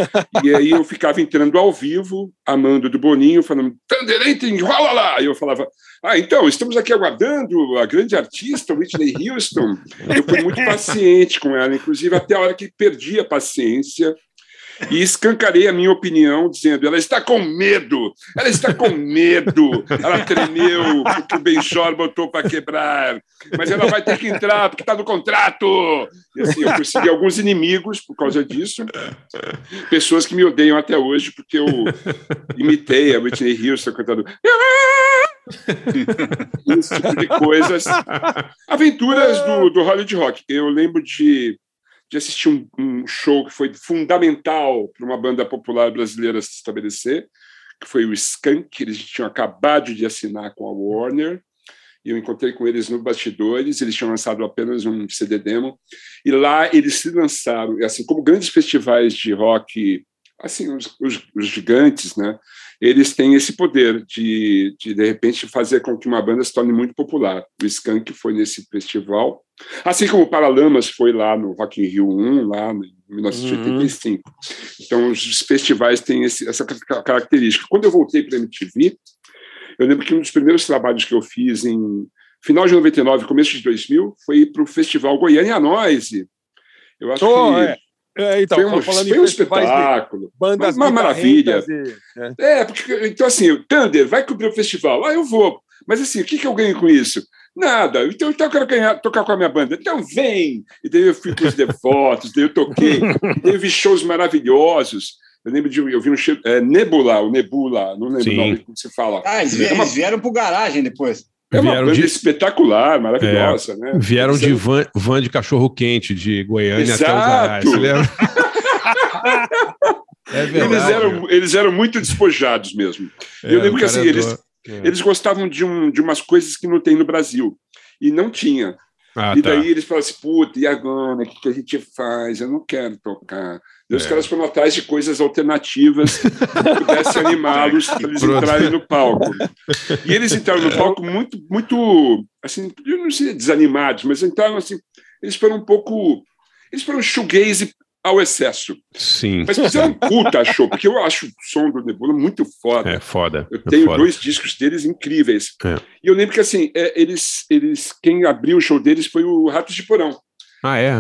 Speaker 7: e aí eu ficava entrando ao vivo, amando do Boninho, falando, Thunderente, rola lá! E eu falava, ah, então, estamos aqui aguardando a grande artista Whitney Houston. Eu fui muito paciente com ela, inclusive até a hora que perdi a paciência, e escancarei a minha opinião, dizendo, ela está com medo, ela está com medo, ela tremeu porque o Benjor botou para quebrar, mas ela vai ter que entrar porque está no contrato. E assim, eu consegui alguns inimigos por causa disso, pessoas que me odeiam até hoje porque eu imitei a Whitney Houston cantando esse tipo de coisas. Aventuras do, do Hollywood Rock. Eu lembro de de assistir um, um show que foi fundamental para uma banda popular brasileira se estabelecer, que foi o Skank. Eles tinham acabado de assinar com a Warner, e eu encontrei com eles no bastidores. Eles tinham lançado apenas um C D demo, e lá eles se lançaram, assim como grandes festivais de rock, assim, os, os, os gigantes, né? Eles têm esse poder de, de, de repente, fazer com que uma banda se torne muito popular. O Skank foi nesse festival, assim como o Paralamas foi lá no Rock in Rio um, lá em mil novecentos e oitenta e cinco. Uhum. Então, os festivais têm esse, essa característica. Quando eu voltei para a M T V, eu lembro que um dos primeiros trabalhos que eu fiz em final de noventa e nove, começo de dois mil, foi para o Festival Goiânia Noise. Eu acho oh, que... É.
Speaker 6: É, então,
Speaker 7: foi um, foi um espetáculo, bandas uma maravilha. E, é. é, porque, então assim, o Thunder vai cobrir o festival, ah, eu vou, mas assim, o que, que eu ganho com isso? Nada, então, então eu quero ganhar, tocar com a minha banda, então vem! E daí eu fui com os Devotos, daí eu toquei, daí eu vi shows maravilhosos. Eu lembro de eu vi um show, é, Nebula, o Nebula, não lembro o nome como se fala.
Speaker 4: Ah, eles, é uma... eles vieram pro garagem depois.
Speaker 7: É uma vieram banda de... espetacular, maravilhosa, é, né?
Speaker 5: Vieram eles de eram... van, van de cachorro-quente de Goiânia. Exato. Até o garagem. Você lembra?
Speaker 7: É verdade, eles, eram, eles eram muito despojados mesmo. É, eu lembro que assim, eles, é. eles gostavam de, um, de umas coisas que não tem no Brasil. E não tinha. Ah, e daí tá. eles falaram assim, puta, e agora? O que, que a gente faz? Eu não quero tocar. E os é. caras foram atrás de coisas alternativas que pudessem animá-los para eles Pronto. entrarem no palco. E eles entraram no palco muito, muito, assim, eu não sei, desanimados, mas entraram assim, eles foram um pouco, eles foram shoegaze ao excesso.
Speaker 5: Sim.
Speaker 7: Mas fizeram um puta show, porque eu acho o som do Nebula muito foda.
Speaker 5: É foda.
Speaker 7: Eu tenho
Speaker 5: é foda.
Speaker 7: dois discos deles incríveis.
Speaker 5: É.
Speaker 7: E eu lembro que, assim, é, eles, eles, quem abriu o show deles foi o Ratos de Porão.
Speaker 5: Ah, é?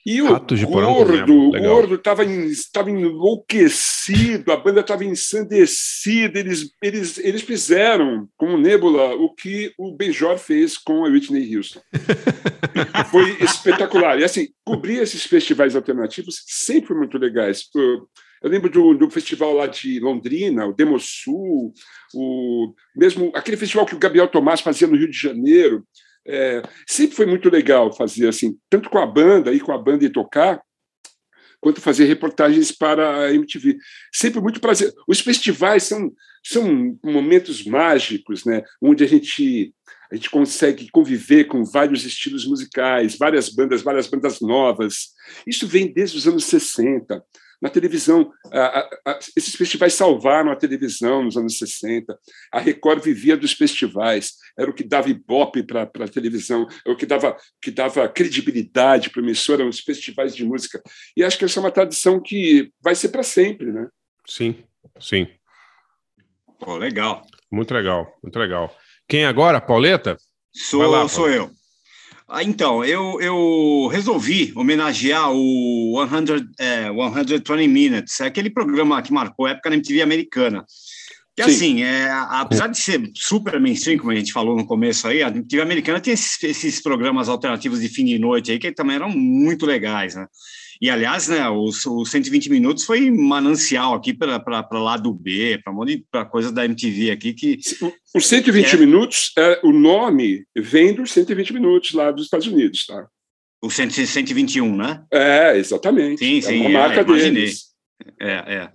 Speaker 7: E o
Speaker 5: Ratos de Porão que eu
Speaker 7: gordo,
Speaker 5: lembro.
Speaker 7: o
Speaker 5: Legal.
Speaker 7: gordo estava estava enlouquecido, a banda estava ensandecida, eles, eles, eles fizeram com o Nebula o que o Benjor fez com a Whitney Houston. Foi espetacular. E assim, cobrir esses festivais alternativos sempre foi muito legais. Eu, eu lembro do, do festival lá de Londrina, o Demosul, o, mesmo aquele festival que o Gabriel Tomás fazia no Rio de Janeiro. É, sempre foi muito legal fazer assim, tanto com a banda, ir com a banda e tocar, quanto fazer reportagens para a M T V. Sempre muito prazer. Os festivais são, são momentos mágicos, né? Onde a gente, a gente consegue conviver com vários estilos musicais, várias bandas, várias bandas novas. Isso vem desde os anos sessenta. Na televisão, a, a, a, esses festivais salvaram a televisão nos anos sessenta. A Record vivia dos festivais, era o que dava ibope para a televisão, é o que dava, que dava credibilidade para a emissora, os festivais de música. E acho que essa é uma tradição que vai ser para sempre, né?
Speaker 5: Sim, sim.
Speaker 4: Pô, legal.
Speaker 5: Muito legal, muito legal. Quem agora, Pauleta?
Speaker 4: Sou,
Speaker 5: Vai lá,
Speaker 4: sou
Speaker 5: Pauleta.
Speaker 4: eu. Ah, então, eu, eu resolvi homenagear o cem, é, cento e vinte Minutes, é aquele programa que marcou a época na M T V americana. Que
Speaker 7: Sim.
Speaker 4: assim, é, apesar de ser super mainstream, como a gente falou no começo aí, a M T V americana tem esses, esses programas alternativos de fim de noite aí, que também eram muito legais, né? E, aliás, né, os, os cento e vinte Minutos foi manancial aqui para lado B, para um monte de coisas da M T V aqui que...
Speaker 7: Os cento e vinte
Speaker 4: é...
Speaker 7: Minutos, é, o nome vem dos cento e vinte Minutos lá dos Estados Unidos, tá?
Speaker 4: O cento e vinte e um, né?
Speaker 7: É, exatamente.
Speaker 4: Sim, sim,
Speaker 7: é uma marca
Speaker 4: é, imaginei.
Speaker 7: deles.
Speaker 4: É, é.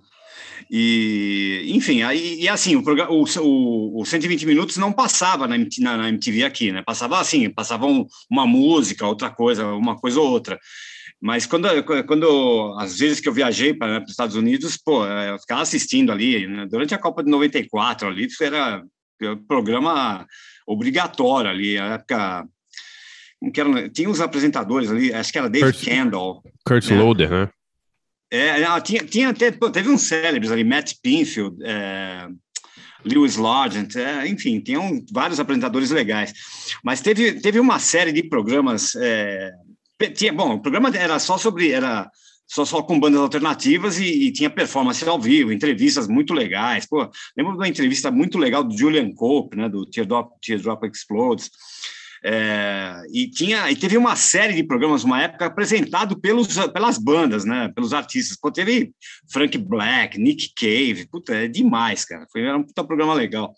Speaker 4: E, enfim, aí, e assim, o, programa, o, o, o cento e vinte Minutos não passava na, na, na M T V aqui, né? Passava assim, passava um, uma música, outra coisa, uma coisa ou outra. Mas quando, quando às vezes que eu viajei para, né, para os Estados Unidos, pô, eu ficava assistindo ali, né, durante a Copa de noventa e quatro ali, era um programa obrigatório ali, a época, que era, tinha os apresentadores ali, acho que era David
Speaker 5: Kurt,
Speaker 4: Kendall.
Speaker 5: Kurt
Speaker 4: né?
Speaker 5: Loder, né?
Speaker 4: É, não, tinha, tinha até, pô, teve uns célebres ali, Matt Pinfield, é, Lewis Largent, é, enfim, tinham vários apresentadores legais. Mas teve, teve uma série de programas... É, Tinha, bom, o programa era só sobre, era só, só com bandas alternativas e, e tinha performance ao vivo, entrevistas muito legais. Pô, lembro de uma entrevista muito legal do Julian Cope, né, do Teardrop, Teardrop Explodes. É, e, tinha, e teve uma série de programas, uma época, apresentado pelos, pelas bandas, né, pelos artistas. Pô, teve Frank Black, Nick Cave, puta, é demais, cara. Foi era um puta programa legal.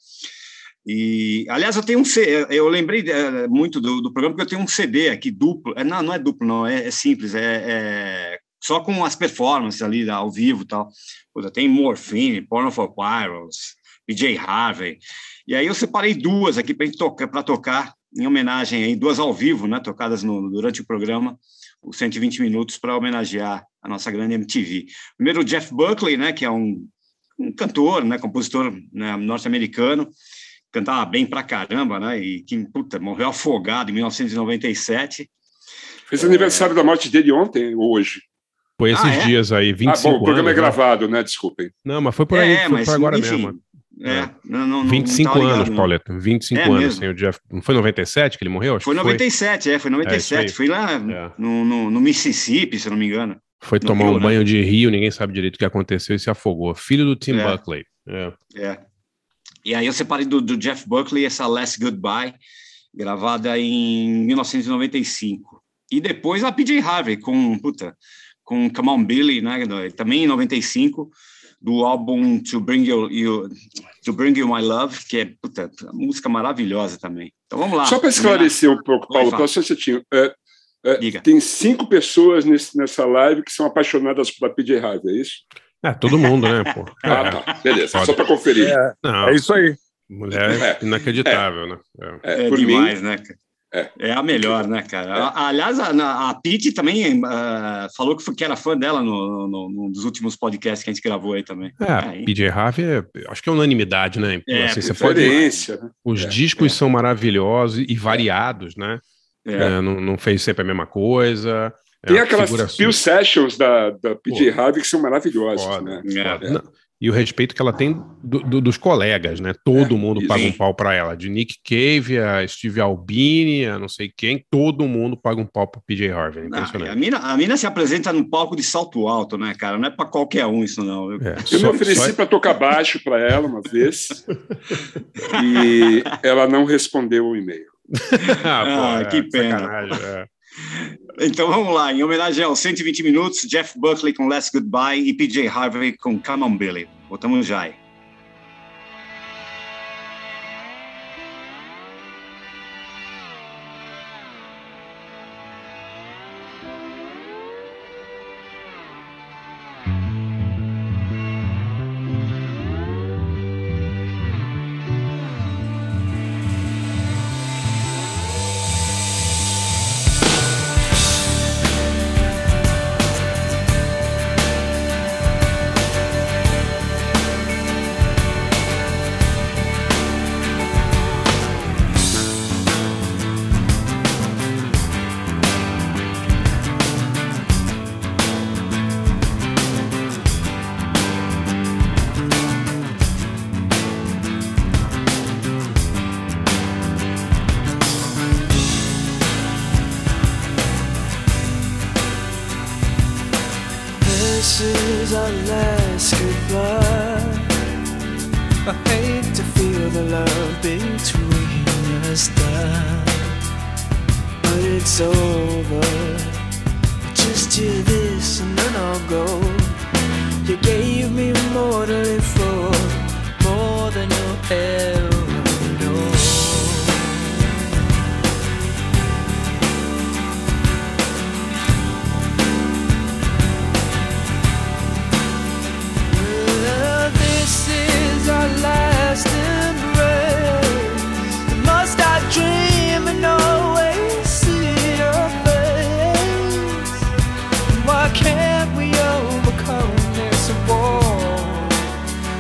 Speaker 4: E, aliás, eu tenho um C D, eu lembrei é, muito do, do programa, porque eu tenho um C D aqui duplo, é, não, não é duplo, não, é, é simples, é, é só com as performances ali ao vivo e tal. Puta, tem Morphine, Porno for Pyros, P J Harvey, e aí eu separei duas aqui para tocar, para tocar em homenagem, aí, duas ao vivo, né, tocadas no, durante o programa, os cento e vinte Minutos, para homenagear a nossa grande M T V. Primeiro o Jeff Buckley, né, que é um, um cantor, né, compositor, né, norte-americano, cantava bem pra caramba, né? E que, puta, morreu afogado em mil novecentos e noventa e sete.
Speaker 7: Fez
Speaker 4: é...
Speaker 7: aniversário da morte dele ontem ou hoje?
Speaker 5: Foi esses ah, é? dias aí, vinte e cinco anos.
Speaker 7: Ah, bom, o programa
Speaker 5: anos,
Speaker 7: é gravado, né? Desculpem.
Speaker 5: Não, mas foi por aí,
Speaker 4: é,
Speaker 5: foi
Speaker 4: mas,
Speaker 5: por agora
Speaker 4: enfim,
Speaker 5: mesmo.
Speaker 4: É, é. Não, não,
Speaker 5: vinte e cinco
Speaker 4: não
Speaker 5: anos,
Speaker 4: ligado,
Speaker 5: Pauleta, vinte e cinco
Speaker 4: é
Speaker 5: anos
Speaker 4: mesmo.
Speaker 5: sem o Jeff. Não foi em noventa e sete que ele morreu? Acho
Speaker 4: foi em noventa e sete,
Speaker 5: foi.
Speaker 4: é, foi em noventa e sete. É, fui lá é. no, no, no Mississippi, se não me engano.
Speaker 5: Foi
Speaker 4: no
Speaker 5: tomar
Speaker 4: Rio,
Speaker 5: um banho
Speaker 4: né?
Speaker 5: de rio, ninguém sabe direito o que aconteceu e se afogou. Filho do Tim
Speaker 4: é.
Speaker 5: Buckley. É.
Speaker 4: é. E aí eu separei do, do Jeff Buckley essa Last Goodbye, gravada em mil novecentos e noventa e cinco. E depois a P J Harvey, com, puta, com Come On Billy, né, também em noventa e cinco, do álbum To Bring You, you, To Bring You My Love, que é, puta, música maravilhosa também. Então vamos lá.
Speaker 7: Só para esclarecer um pouco, Paulo, para você, é, é, tem cinco pessoas nesse, nessa live que são apaixonadas pela P J Harvey, é isso?
Speaker 5: É, todo mundo, né, pô?
Speaker 7: Ah, tá. Beleza, Pode. Só para conferir.
Speaker 6: É,
Speaker 5: Não,
Speaker 6: é isso aí.
Speaker 5: Mulher é inacreditável,
Speaker 7: é.
Speaker 5: né?
Speaker 4: É, é demais, mim, né, cara? É. é a melhor, né, cara? É. A, aliás, a, a Pete também uh, falou que, foi, que era fã dela no, no, no, nos últimos podcasts que a gente gravou aí também.
Speaker 5: É,
Speaker 4: aí.
Speaker 5: P J Harvey, é, acho que é unanimidade, né?
Speaker 7: É,
Speaker 5: assim, você
Speaker 7: pode...
Speaker 5: Os
Speaker 7: é,
Speaker 5: discos
Speaker 7: é.
Speaker 5: são maravilhosos e variados, né?
Speaker 4: É.
Speaker 5: É, não, não fez sempre a mesma coisa.
Speaker 7: Tem aquelas Peel Sessions da, da P J Harvey que são maravilhosas,
Speaker 5: foda,
Speaker 7: né?
Speaker 5: Foda. Não, e o respeito que ela tem do, do, dos colegas, né? Todo
Speaker 7: É,
Speaker 5: mundo
Speaker 7: isso.
Speaker 5: paga um pau pra ela. De Nick Cave, a Steve Albini, a não sei quem, todo mundo paga um pau pro P J Harvey. É
Speaker 4: Ah,
Speaker 5: impressionante.
Speaker 4: a, mina, a mina se apresenta no palco de salto alto, né, cara? Não é pra qualquer um isso, não. viu?
Speaker 5: É,
Speaker 7: Eu
Speaker 5: só-
Speaker 7: me ofereci
Speaker 5: só-
Speaker 7: para tocar baixo para ela uma vez e ela não respondeu o e-mail.
Speaker 5: ah,
Speaker 4: Ah,
Speaker 5: pô,
Speaker 4: que
Speaker 5: é,
Speaker 4: pena.
Speaker 5: sacanagem, é.
Speaker 4: Então vamos lá, em homenagem aos cento e vinte minutos, Jeff Buckley com Last Goodbye e P J Harvey com Come On Billy. Botamos já aí.
Speaker 9: This is our last goodbye. I hate to feel the love between us die, but it's over. Just hear this and then I'll go. You gave me more to live for, more than you'll ever know. Well, this is our last embrace. Must I dream and always see your face? Why can't we overcome this wall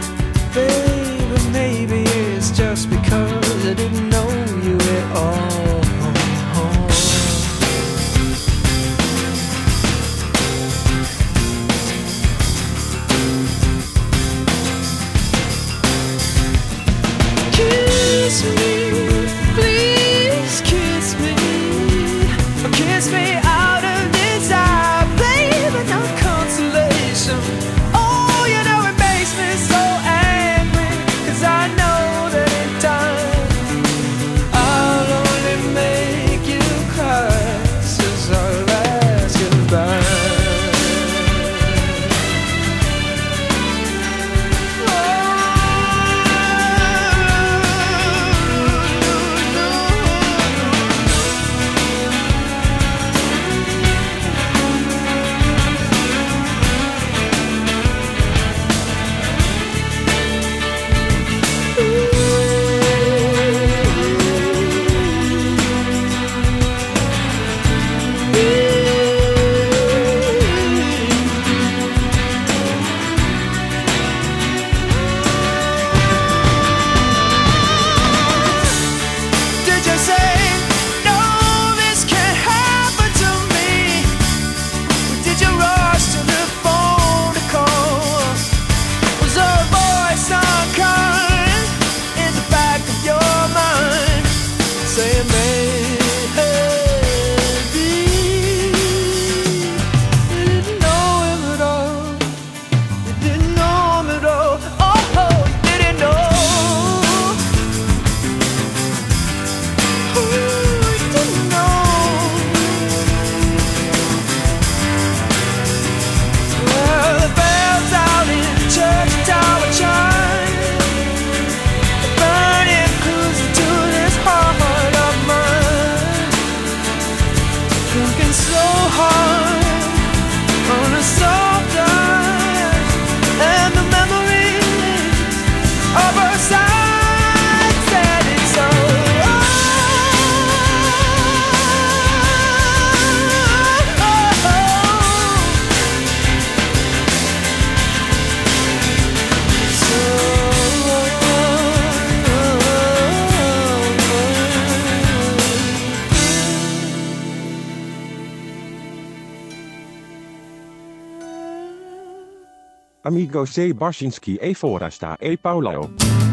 Speaker 11: Amigos e Barsinski e Forasta e Paulao.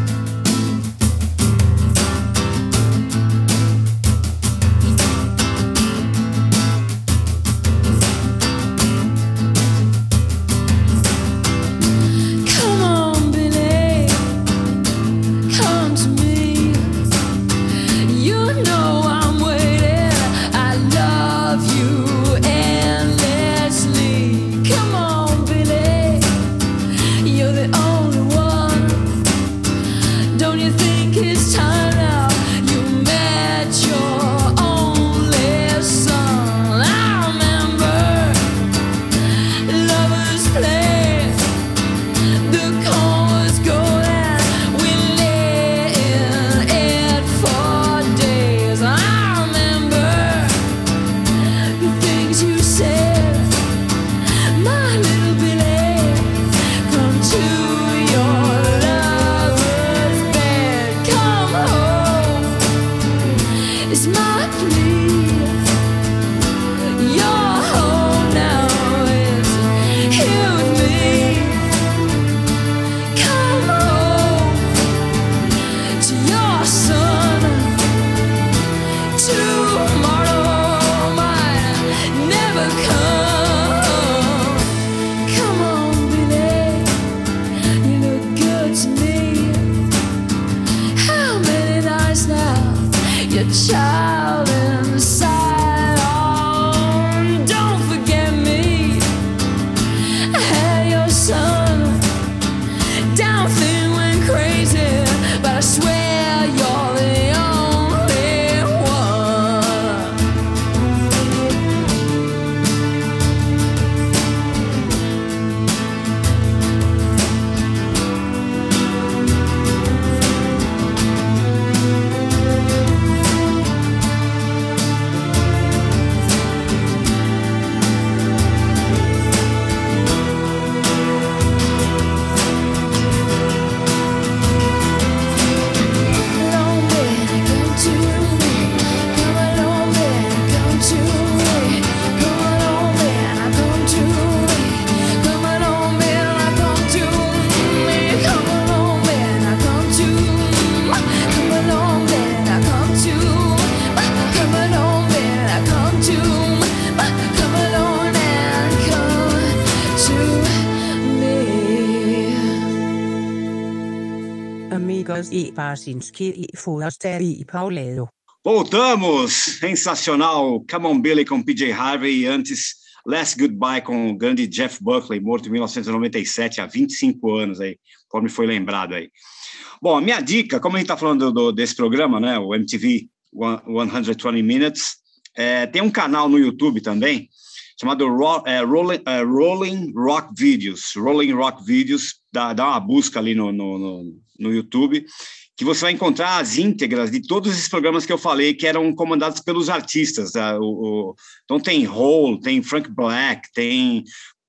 Speaker 3: E Barsinski e Forasta e Paulao.
Speaker 4: Voltamos! Sensacional! Come on Billy com P J Harvey e antes Last Goodbye com o grande Jeff Buckley, morto em mil novecentos e noventa e sete, há vinte e cinco anos aí, conforme foi lembrado aí. Bom, a minha dica, como a gente está falando do, desse programa, né, o M T V cento e vinte Minutes, é, tem um canal no YouTube também, chamado Ro, é, Rolling, é, Rolling Rock Videos, Rolling Rock Videos, dá, dá uma busca ali no, no, no, no YouTube, que você vai encontrar as íntegras de todos esses programas que eu falei, que eram comandados pelos artistas. Tá? O, o, então tem Hole, tem Frank Black, tem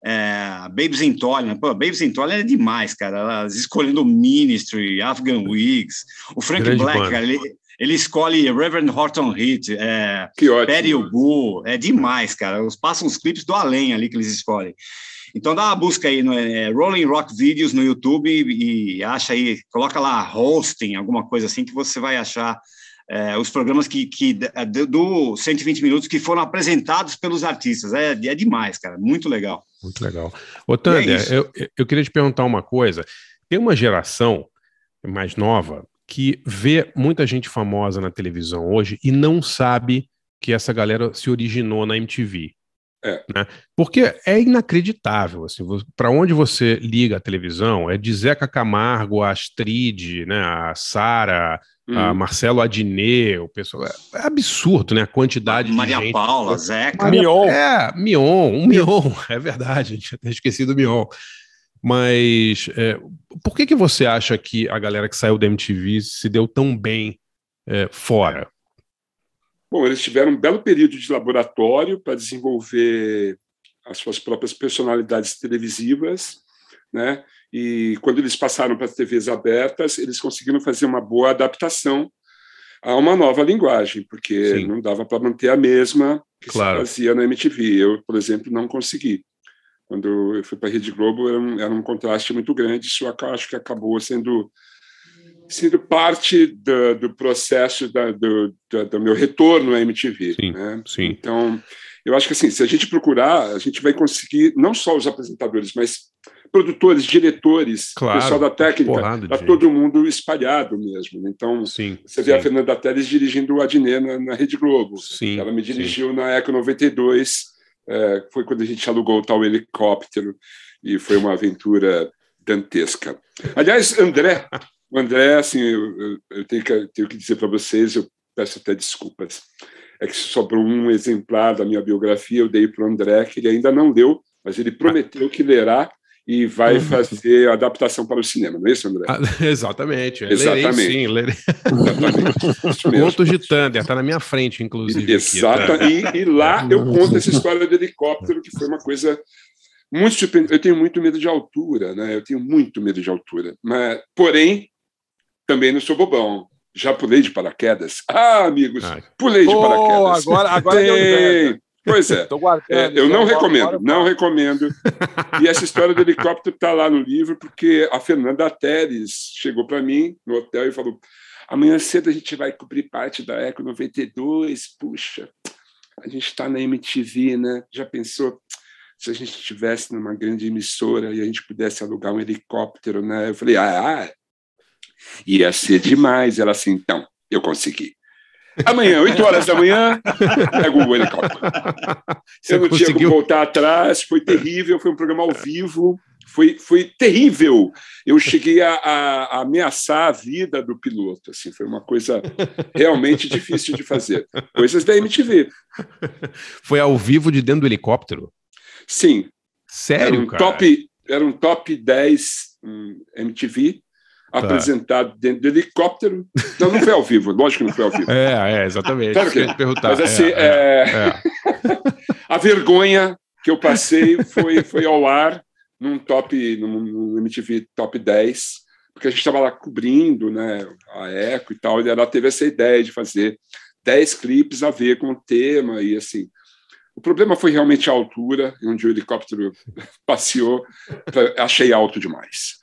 Speaker 4: é, Babes in Toyland. Pô, Babes in Toyland é demais, cara. Elas escolhendo Ministry, Afghan Wigs. O Frank Grande Black, cara, ele, ele escolhe Reverend Horton Heat, é, Perry Ubu, é demais, cara. Passam os clipes do além ali que eles escolhem. Então dá uma busca aí no é, Rolling Rock Videos no YouTube e, e acha aí, coloca lá hosting, alguma coisa assim, que você vai achar é, os programas que, que do cento e vinte Minutos que foram apresentados pelos artistas. É, é demais, cara, muito legal.
Speaker 5: Muito legal. Ô, Thunder, é eu, eu queria te perguntar uma coisa. Tem uma geração mais nova que vê muita gente famosa na televisão hoje e não sabe que essa galera se originou na M T V.
Speaker 7: É.
Speaker 5: Né? Porque é inacreditável, assim, para onde você liga a televisão, é de Zeca Camargo, a Astrid, né, a Sara, hum. a Marcelo Adnet, o pessoal, é, é absurdo, né, a quantidade
Speaker 4: Maria
Speaker 5: de gente.
Speaker 4: Maria Paula, Zeca.
Speaker 5: Maria, Mion. É, Mion, um Mion, é verdade, a gente tinha esquecido o Mion. Mas é, por que que você acha que a galera que saiu da M T V se deu tão bem é, fora?
Speaker 7: Bom, eles tiveram um belo período de laboratório para desenvolver as suas próprias personalidades televisivas, né? E quando eles passaram para as T Vs abertas, eles conseguiram fazer uma boa adaptação a uma nova linguagem, porque Sim. não dava para manter a mesma que claro. se fazia na M T V. Eu, por exemplo, não consegui. quando eu fui para a Rede Globo, era um, era um contraste muito grande. Isso eu acho que acabou sendo, sendo parte do, do processo da, do, do, do meu retorno à M T V.
Speaker 5: Sim,
Speaker 7: né?
Speaker 5: sim.
Speaker 7: Então, eu acho que assim, se a gente procurar, a gente vai conseguir, não só os apresentadores, mas produtores, diretores,
Speaker 5: Claro,
Speaker 7: pessoal da técnica,
Speaker 5: porrada
Speaker 7: está
Speaker 5: de
Speaker 7: todo mundo espalhado mesmo. Então,
Speaker 5: Sim,
Speaker 7: você vê
Speaker 5: sim.
Speaker 7: a Fernanda Telles dirigindo o Adnet na, na Rede Globo.
Speaker 5: Sim,
Speaker 7: Ela me dirigiu na Eco noventa e dois, é, foi quando a gente alugou o tal helicóptero, e foi uma aventura dantesca. Aliás, André, o André, assim, eu, eu, eu tenho, que, tenho que dizer para vocês, eu peço até desculpas, é que sobrou um exemplar da minha biografia, eu dei para o André, que ele ainda não leu, mas ele prometeu que lerá e vai fazer a adaptação para o cinema, não é isso, André?
Speaker 5: Ah, exatamente.
Speaker 7: Exatamente.
Speaker 5: Lerei, sim, lerei.
Speaker 7: Exatamente.
Speaker 5: Contos de Thunder, está na minha frente, inclusive.
Speaker 7: Exato.
Speaker 5: Aqui, tá?
Speaker 7: e, e lá eu conto essa história do helicóptero, que foi uma coisa muito surpreendente. Eu tenho muito medo de altura, né? Eu tenho muito medo de altura. Mas, porém, também não sou bobão. Já pulei de paraquedas. Ah, amigos,
Speaker 5: Ai.
Speaker 7: pulei de
Speaker 6: Pô,
Speaker 7: paraquedas.
Speaker 6: agora, agora deu inveja.
Speaker 7: Pois é.
Speaker 6: Tô guardando,
Speaker 7: É, eu
Speaker 6: então,
Speaker 7: não
Speaker 6: agora-
Speaker 7: recomendo,
Speaker 6: agora-
Speaker 7: não recomendo. E essa história do helicóptero está lá no livro, porque a Fernanda Telles chegou para mim no hotel e falou: amanhã cedo a gente vai cobrir parte da Eco noventa e dois. Puxa, a gente está na M T V, né? Já pensou se a gente estivesse numa grande emissora e a gente pudesse alugar um helicóptero, né? Eu falei: ah, ah ia ser demais. Ela assim, então, eu consegui. Amanhã, oito horas da manhã, pego o helicóptero.
Speaker 5: Você
Speaker 7: Eu não tinha
Speaker 5: conseguiu?
Speaker 7: como voltar atrás, foi terrível, foi um programa ao vivo, foi, foi terrível. Eu cheguei a, a, a ameaçar a vida do piloto, assim, foi uma coisa realmente difícil de fazer. Coisas da M T V.
Speaker 5: Foi ao vivo de dentro do helicóptero?
Speaker 7: Sim.
Speaker 5: Sério,
Speaker 7: era um
Speaker 5: cara?
Speaker 7: top, era um top dez um, M T V,
Speaker 5: Tá.
Speaker 7: apresentado dentro do helicóptero. Não, não foi ao vivo, lógico que não foi ao vivo.
Speaker 5: É, é, exatamente.
Speaker 7: Claro
Speaker 5: Isso que eu
Speaker 7: que
Speaker 5: ia te perguntar.
Speaker 7: Mas assim,
Speaker 5: É,
Speaker 7: é,
Speaker 5: é.
Speaker 7: a vergonha que eu passei foi, foi ao ar num top, num, num M T V top dez, porque a gente estava lá cobrindo, né, a Eco e tal, e ela teve essa ideia de fazer dez clipes a ver com o tema, e assim, o problema foi realmente a altura, onde o helicóptero passeou, achei alto demais.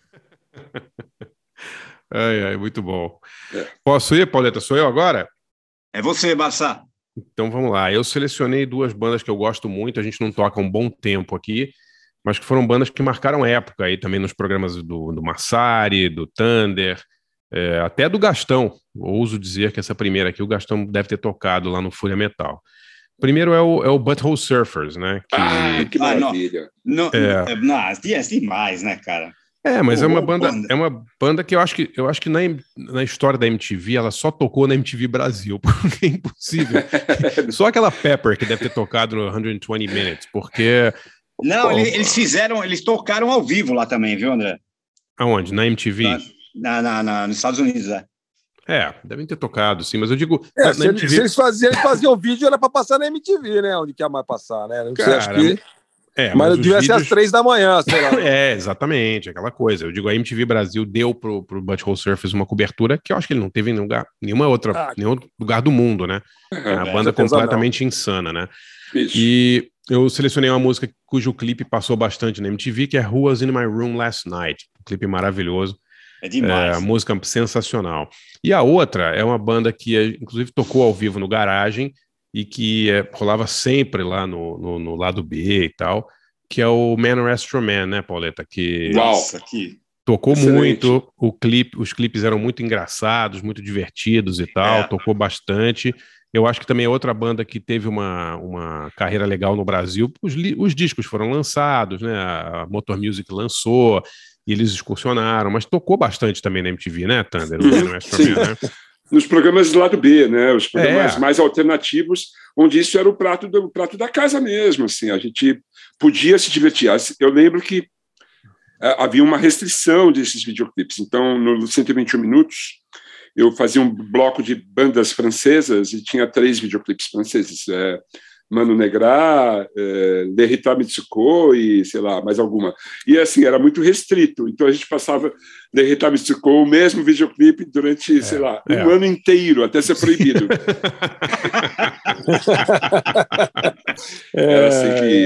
Speaker 5: Ai, ai, muito bom.
Speaker 7: É.
Speaker 5: Posso ir, Pauleta? Sou eu agora?
Speaker 4: É você, Barça.
Speaker 5: Então vamos lá. Eu selecionei duas bandas que eu gosto muito, a gente não toca um bom tempo aqui, mas que foram bandas que marcaram época aí também nos programas do, do Massari, do Thunder, é, até do Gastão. Ouso dizer que essa primeira aqui o Gastão deve ter tocado lá no Fúria Metal. Primeiro é o, é o Butthole Surfers, né? Que,
Speaker 7: Ah, que maravilha.
Speaker 4: Não,
Speaker 5: É.
Speaker 4: é. não, é demais, né, cara?
Speaker 5: É, mas
Speaker 4: Pô,
Speaker 5: é uma
Speaker 4: boa
Speaker 5: banda,
Speaker 4: banda.
Speaker 5: é uma banda que eu acho que eu acho que na, na história da M T V ela só tocou na M T V Brasil, porque é impossível. Só aquela Pepper que deve ter tocado no cento e vinte Minutes, porque
Speaker 4: Não,
Speaker 5: Pô,
Speaker 4: eles, eles fizeram, eles tocaram ao vivo lá também, viu, André?
Speaker 5: aonde? Na M T V?
Speaker 4: Na, na, na- nos Estados Unidos, é.
Speaker 5: É, devem ter tocado, sim, mas eu digo
Speaker 6: É,
Speaker 5: na,
Speaker 6: se,
Speaker 5: na
Speaker 6: eles,
Speaker 5: M T V.
Speaker 6: se eles faziam, eles faziam vídeo, era pra passar na M T V, né? Onde quer mais passar, né? Não sei,
Speaker 5: Cara,
Speaker 6: acho que.
Speaker 5: É,
Speaker 6: mas
Speaker 5: os
Speaker 6: devia ser às
Speaker 5: vídeos-
Speaker 6: três da manhã, sei lá.
Speaker 5: É, exatamente, aquela coisa. Eu digo, a M T V Brasil deu pro, pro Butthole Surfers uma cobertura que eu acho que ele não teve em nenhum lugar, nenhuma outra,
Speaker 6: Ah,
Speaker 5: nenhum outro lugar do mundo, né? É uma
Speaker 7: É,
Speaker 5: banda
Speaker 6: certeza
Speaker 5: completamente insana, né?
Speaker 7: Isso.
Speaker 5: E eu selecionei uma música cujo clipe passou bastante na M T V, que é Who Was In My Room Last Night. Um clipe maravilhoso.
Speaker 4: É
Speaker 5: É,
Speaker 4: demais.
Speaker 5: a música sensacional. E a outra é uma banda que, eh, inclusive, tocou ao vivo no Garagem e que eh, rolava sempre lá no, no, no lado B e tal, que é o Man Astro Man, né, Pauleta? Que
Speaker 7: Uau.
Speaker 4: Nossa, que...
Speaker 5: tocou
Speaker 7: Excelente.
Speaker 5: muito, o clipe, os clipes eram muito engraçados, muito divertidos e tal,
Speaker 4: É.
Speaker 5: tocou bastante. Eu acho que também é outra banda que teve uma, uma carreira legal no Brasil. Os, li- os discos foram lançados, né? A Motor Music lançou e eles excursionaram, mas tocou bastante também na M T V, né, Thunder? O Man Astro
Speaker 7: Sim.
Speaker 5: Man, né?
Speaker 7: Nos programas do lado B, né? Os programas
Speaker 5: É.
Speaker 7: mais alternativos, onde isso era o prato, do, o prato da casa mesmo, assim, a gente podia se divertir. Eu lembro que eh, havia uma restrição desses videoclipes, então no cento e vinte e um minutos eu fazia um bloco de bandas francesas e tinha três videoclipes franceses, é, Mano Negra, é, Lerita Mitsuko e, sei lá, mais alguma. E, assim, era muito restrito. Então, a gente passava Lerita Mitsuko, o mesmo videoclipe, durante, é, sei lá, um
Speaker 5: é.
Speaker 7: ano inteiro, até ser proibido. Era assim que ia.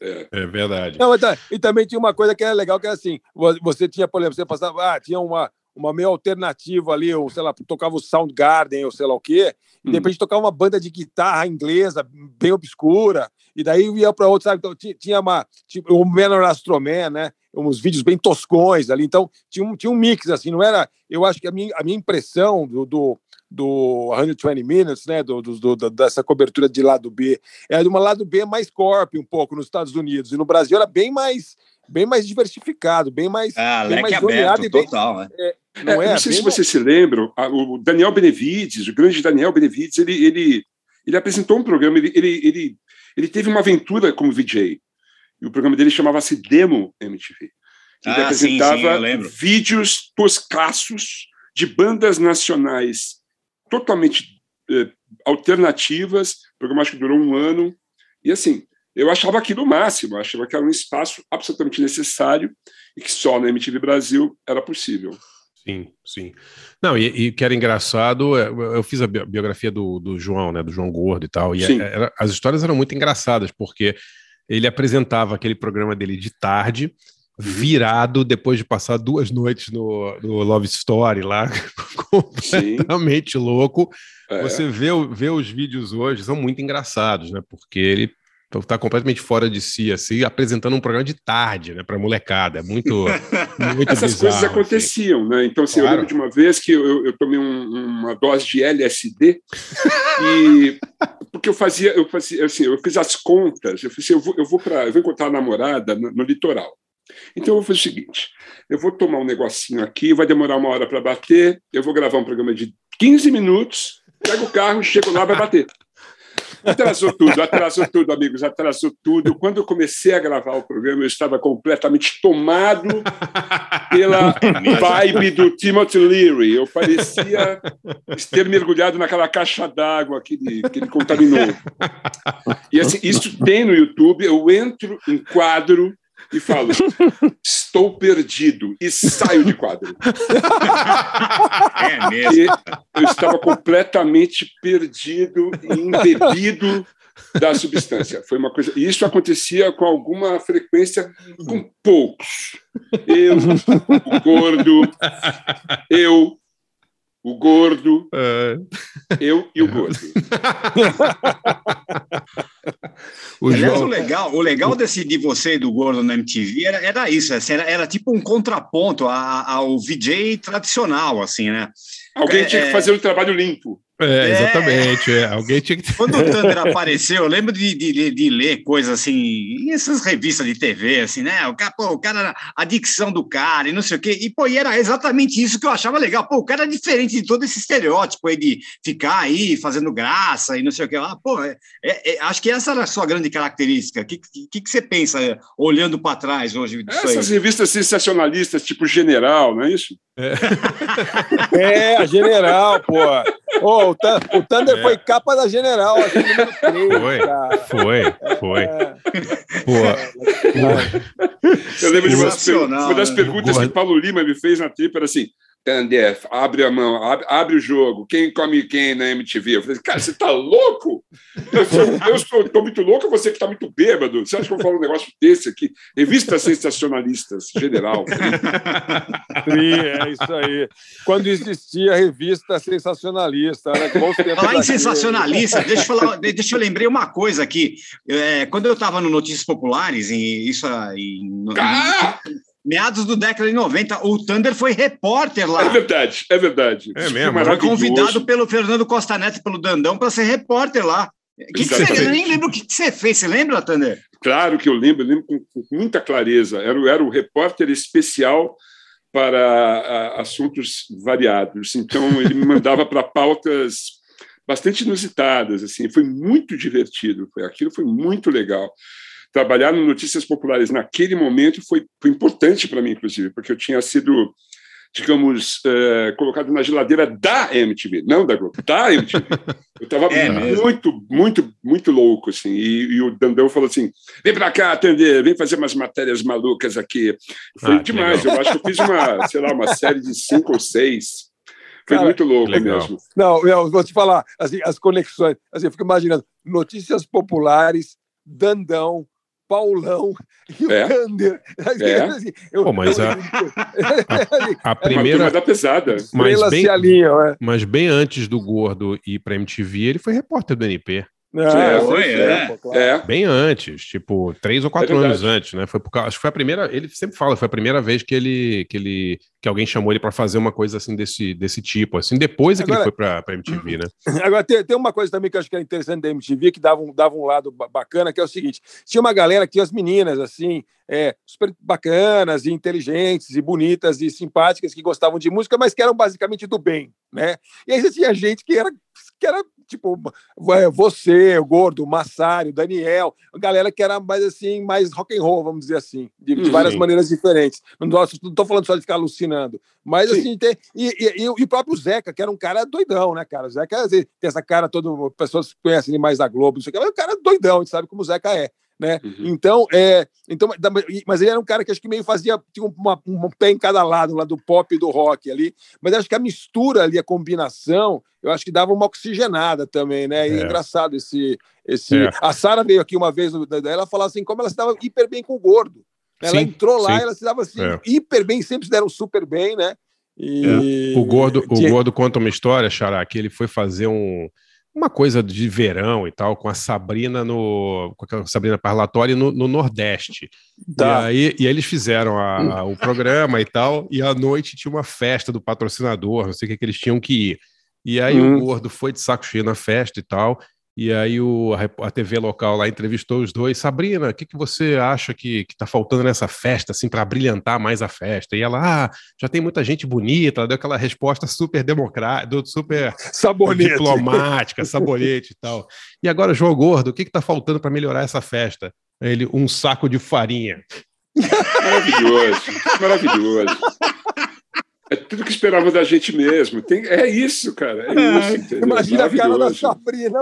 Speaker 7: É,
Speaker 5: é verdade.
Speaker 6: Não, e também tinha uma coisa que era legal, que era assim, você tinha, por exemplo, você passava, ah, tinha uma, uma meio alternativa ali, ou sei lá, tocava o Soundgarden, ou sei lá o quê, e de repente tocava uma banda de guitarra inglesa, bem obscura, e daí ia para outro, sabe? Então tinha uma, tipo, o Menor Astroman, né? Uns vídeos bem toscões ali, então tinha um, tinha um mix, assim, não era, eu acho que a minha, a minha impressão do, do do cento e vinte Minutes, né, do, do, do, dessa cobertura de lado B, era de uma lado B mais corp um pouco nos Estados Unidos, e no Brasil era bem mais, bem mais diversificado, bem mais,
Speaker 4: ah,
Speaker 6: bem mais
Speaker 4: aberto, total, né?
Speaker 6: É, não,
Speaker 7: é,
Speaker 6: é,
Speaker 7: não sei
Speaker 6: bem
Speaker 7: se vocês se lembram, o Daniel Benevides, o grande Daniel Benevides, ele, ele, ele apresentou um programa, ele, ele, ele, ele teve uma aventura como V J, e o programa dele chamava-se Demo M T V. Ele
Speaker 4: ah,
Speaker 7: apresentava
Speaker 4: sim, sim,
Speaker 7: vídeos toscaços de bandas nacionais totalmente eh, alternativas, o programa acho que durou um ano, e assim, eu achava aquilo o máximo, eu achava que era um espaço absolutamente necessário e que só na M T V Brasil era possível.
Speaker 5: Sim, sim. Não, e, e que era engraçado, eu fiz a biografia do, do João, né, do João Gordo e tal, e era, as histórias eram muito engraçadas, porque ele apresentava aquele programa dele de tarde, virado depois de passar duas noites no, no Love Story lá, completamente Sim. louco. É. Você vê, vê os vídeos hoje, são muito engraçados, né? Porque ele tá completamente fora de si, assim, apresentando um programa de tarde, né, para molecada. É muito, muito
Speaker 7: Essas
Speaker 5: bizarro,
Speaker 7: coisas aconteciam, assim. Né? Então, assim, claro. Eu lembro de uma vez que eu, eu tomei um, uma dose de L S D e porque eu fazia, eu fazia, assim, eu fiz as contas, eu fiz, eu vou, eu vou para, eu vou encontrar a namorada no, no litoral. Então eu vou fazer o seguinte, eu vou tomar um negocinho aqui, vai demorar uma hora para bater, eu vou gravar um programa de quinze minutos, pego o carro, chego lá, vai bater. Atrasou tudo, atrasou tudo, amigos, atrasou tudo. Quando eu comecei a gravar o programa, eu estava completamente tomado pela vibe do Timothy Leary. Eu parecia ter mergulhado naquela caixa d'água que ele, que ele contaminou. E assim, isso tem no YouTube, eu entro em quadro e falo, estou perdido, e saio de quadro.
Speaker 4: É mesmo.
Speaker 7: E eu estava completamente perdido e embebido da substância. Foi uma coisa. E isso acontecia com alguma frequência com poucos. Eu, o gordo, eu, o gordo, uh... eu e o gordo.
Speaker 4: O Aliás, João... o legal, o legal desse, de você e do Gordo na M T V era, era isso, assim, era, era tipo um contraponto ao V J tradicional, assim, né?
Speaker 7: Alguém tinha
Speaker 4: é,
Speaker 7: que fazer um trabalho limpo.
Speaker 5: É, exatamente. É. É. Alguém tinha que...
Speaker 4: Quando o Thunder apareceu, eu lembro de, de, de ler coisas assim, em essas revistas de T V, assim, né? O cara, pô, o cara, a dicção do cara e não sei o quê. E, pô, e era exatamente isso que eu achava legal. Pô, o cara é diferente de todo esse estereótipo aí de ficar aí fazendo graça e não sei o quê. Ah, pô, é, é, acho que essa era a sua grande característica. O que, que, que você pensa olhando para trás hoje disso
Speaker 7: Essas
Speaker 4: aí?
Speaker 7: revistas sensacionalistas, tipo General, não é isso?
Speaker 6: É, é a General, pô. Oh, o, Th o Thunder é. foi capa da General. Acho que número três,
Speaker 5: foi,
Speaker 6: cara.
Speaker 5: foi, foi. É. Pô,
Speaker 7: eu lembro de uma, uma das perguntas que Paulo Lima me fez na tripa, era assim, Thunder, abre a mão, abre, abre o jogo, quem come quem na M T V? Eu falei, cara, você tá louco? Eu, sou, eu estou, tô muito louco, você que tá muito bêbado. Você acha que eu falo um negócio desse aqui? Revistas sensacionalistas, General.
Speaker 6: Sim, é isso aí. Quando existia a revista sensacionalista, era bons tempos.
Speaker 4: Falar em sensacionalista, deixa eu, falar, deixa eu lembrar uma coisa aqui. É, quando eu estava no Notícias Populares, em, isso em,
Speaker 7: ah!
Speaker 4: em meados do década de noventa, o Thunder foi repórter lá.
Speaker 7: É verdade, é verdade.
Speaker 5: É mesmo.
Speaker 4: Foi convidado pelo Fernando Costa Neto e pelo Dandão para ser repórter lá. Que que você, eu nem lembro o que, que você fez. Você lembra, Thunder?
Speaker 7: Claro que eu lembro, eu lembro com, com muita clareza. Era, era o repórter especial para a, assuntos variados. Então, ele me mandava para pautas bastante inusitadas. Assim. Foi muito divertido. Foi, aquilo foi muito legal. Trabalhar no Notícias Populares naquele momento foi, foi importante para mim, inclusive, porque eu tinha sido, digamos, é, colocado na geladeira da M T V, não da Globo, da M T V. Eu estava é muito, muito, muito louco, assim, e, e o Dandão falou assim, vem para cá, atender, vem fazer umas matérias malucas aqui. Foi ah, demais, eu acho que eu fiz uma, sei lá, uma série de cinco ou seis. Foi Cara, muito louco legal. mesmo.
Speaker 6: Não, eu vou te falar, assim, as conexões, assim, eu fico imaginando, Notícias Populares, Dandão, Paulão e o
Speaker 7: É.
Speaker 6: Thunder.
Speaker 7: É.
Speaker 6: Assim, eu-
Speaker 5: Pô, mas a, a, a
Speaker 7: Uma
Speaker 5: primeira.
Speaker 7: turma da pesada.
Speaker 5: Mas
Speaker 6: Estrelas
Speaker 5: bem,
Speaker 6: se alinham, é.
Speaker 5: mas bem antes do Gordo ir pra M T V, ele foi repórter do N P.
Speaker 6: Ah,
Speaker 4: foi,
Speaker 6: sei,
Speaker 4: é.
Speaker 6: pô, claro.
Speaker 7: É.
Speaker 5: Bem antes, tipo, três ou quatro
Speaker 7: É verdade.
Speaker 5: anos antes, né? Foi por causa, acho que foi a primeira. Ele sempre fala, foi a primeira vez que ele que ele que alguém chamou ele pra fazer uma coisa assim desse, desse tipo, assim, depois é que
Speaker 6: Agora-
Speaker 5: ele foi pra, pra M T V, né?
Speaker 6: Agora, tem, tem uma coisa também que eu acho que é interessante da M T V, que dava um, dava um lado ba- bacana, que é o seguinte: tinha uma galera que tinha as meninas, assim, é, super bacanas, e inteligentes, e bonitas, e simpáticas, que gostavam de música, mas que eram basicamente do bem, né? E aí você tinha gente que era, que era tipo, é, você, o Gordo, o Massari, o Daniel, a galera que era mais, assim, mais rock and roll, vamos dizer assim, de, de
Speaker 7: Hum,
Speaker 6: várias
Speaker 5: sim.
Speaker 6: maneiras diferentes. Não gosto- não tô falando só de ficar alucinando, mas
Speaker 7: Sim.
Speaker 6: assim, tem, e, e, e o próprio Zeca, que era um cara doidão, né, cara? O Zeca assim, tem essa cara, todo, pessoas conhecem ele mais da Globo, não sei o que, mas o cara é doidão, a gente sabe como o Zeca é, né?
Speaker 7: Uhum.
Speaker 6: Então, é, então, mas ele era um cara que acho que meio fazia, tinha uma, um pé em cada lado, lá do pop e do rock ali, mas acho que a mistura ali, a combinação, eu acho que dava uma oxigenada também, né? E é
Speaker 5: É.
Speaker 6: engraçado esse... esse...
Speaker 5: É.
Speaker 6: A Sara veio aqui uma vez, ela falava assim, como ela se dava hiper bem com o Gordo. Ela
Speaker 5: Sim,
Speaker 6: entrou lá,
Speaker 5: sim.
Speaker 6: ela se dava assim,
Speaker 5: É.
Speaker 6: hiper bem, sempre se deram super bem, né? E...
Speaker 5: O Gordo, o
Speaker 6: Tinha-
Speaker 5: Gordo conta uma história, Xará, que ele foi fazer um, uma coisa de verão e tal, com a Sabrina no. Com a Sabrina Parlatori no, no Nordeste.
Speaker 6: Tá.
Speaker 5: E aí e aí eles fizeram a- a- o programa e tal, e à noite tinha uma festa do patrocinador, não sei o que, que eles tinham que ir. E aí
Speaker 6: Hum.
Speaker 5: o Gordo foi de saco cheio na festa e tal. E aí o, a rep- a T V local lá entrevistou os dois. Sabrina, o que, que você acha que, que tá faltando nessa festa, assim, para brilhantar mais a festa? E ela, ah, já tem muita gente bonita. Ela deu aquela resposta super democrática, super
Speaker 6: Sabonete.
Speaker 5: diplomática, sabonete e tal. E agora, João Gordo, o que, que tá faltando para melhorar essa festa? Aí ele, um saco de farinha.
Speaker 7: Maravilhoso, maravilhoso. É tudo que esperava da gente mesmo. Tem, é isso, cara. É isso, entendeu?
Speaker 6: Imagina a cara da
Speaker 7: Maravilhoso.
Speaker 6: Sabrina.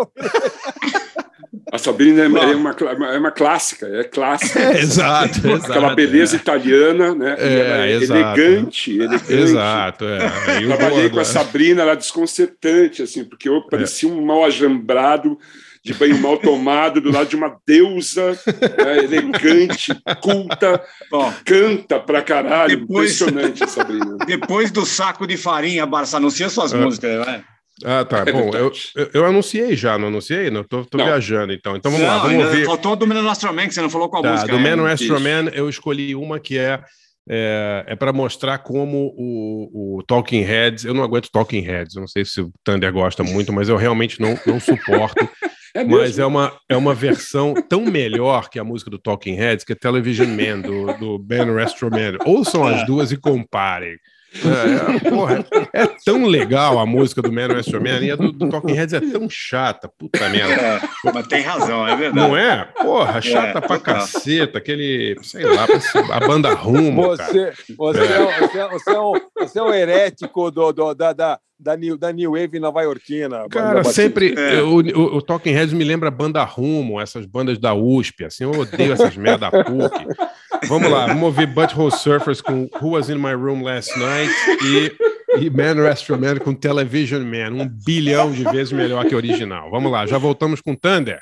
Speaker 7: A Sabrina é, é, uma, é uma clássica, é clássica.
Speaker 5: É, exato,
Speaker 7: Aquela
Speaker 5: exato,
Speaker 7: beleza
Speaker 5: é.
Speaker 7: italiana, né? E
Speaker 5: É,
Speaker 7: ela é
Speaker 5: exato.
Speaker 7: elegante, elegante.
Speaker 5: Exato, é. Aí o
Speaker 7: Trabalhei
Speaker 5: Gordo,
Speaker 7: com a
Speaker 5: é.
Speaker 7: Sabrina, ela desconcertante, assim, porque eu parecia um mal ajambrado, de banho mal tomado, do lado de uma deusa, né, elegante, culta,
Speaker 4: Ó,
Speaker 7: canta pra caralho.
Speaker 4: Depois-
Speaker 7: Impressionante, Sabrina.
Speaker 4: depois do saco de farinha, Barça, anuncia suas músicas, vai.
Speaker 5: Ah, tá.
Speaker 7: É
Speaker 5: Bom, eu,
Speaker 7: verdade.
Speaker 5: eu, eu anunciei já, não anunciei? Não, tô, tô
Speaker 7: Não.
Speaker 5: viajando, então. Então vamos lá,
Speaker 4: Não,
Speaker 5: vamos
Speaker 4: ainda
Speaker 5: ouvir.
Speaker 4: faltou do Man Astro Man, que você não falou qual
Speaker 5: Tá,
Speaker 4: música.
Speaker 5: do
Speaker 4: né?
Speaker 5: Man Astro
Speaker 7: Isso.
Speaker 5: Man, eu escolhi uma que é é, é para mostrar como o, o Talking Heads, eu não aguento Talking Heads, eu não sei se o Thunder gosta muito, mas eu realmente não, não suporto.
Speaker 7: É
Speaker 5: Mas
Speaker 7: mesmo?
Speaker 5: é uma, é uma versão tão melhor que a música do Talking Heads, que é Television Man, do, do Ben Astro Man. Ouçam as duas e comparem. É, é, porra, é tão legal a música do Man Astro Man e a do, do Talking Heads é tão chata. Puta merda.
Speaker 4: É, mas tem razão, é verdade.
Speaker 5: Não é? Porra, chata
Speaker 4: É,
Speaker 5: pra
Speaker 4: total.
Speaker 5: caceta, aquele, sei lá, parece a banda Rumo, cara.
Speaker 6: Você, você, é. um- você, é, você, é um, você é um herético do, do, da, da, da, New, da New Wave nova-iorquina.
Speaker 5: Cara,
Speaker 6: Batista.
Speaker 5: sempre
Speaker 4: É.
Speaker 5: o, o, o Talking Heads me lembra a banda Rumo, essas bandas da U S P, assim, eu odeio essas merda da P U C. Vamos lá, vamos ouvir Butthole Surfers com Who Was In My Room Last Night e, e Man Astro Man com Television Man, um bilhão de vezes melhor que o original. Vamos lá, já voltamos com Thunder.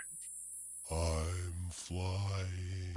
Speaker 12: I'm flying.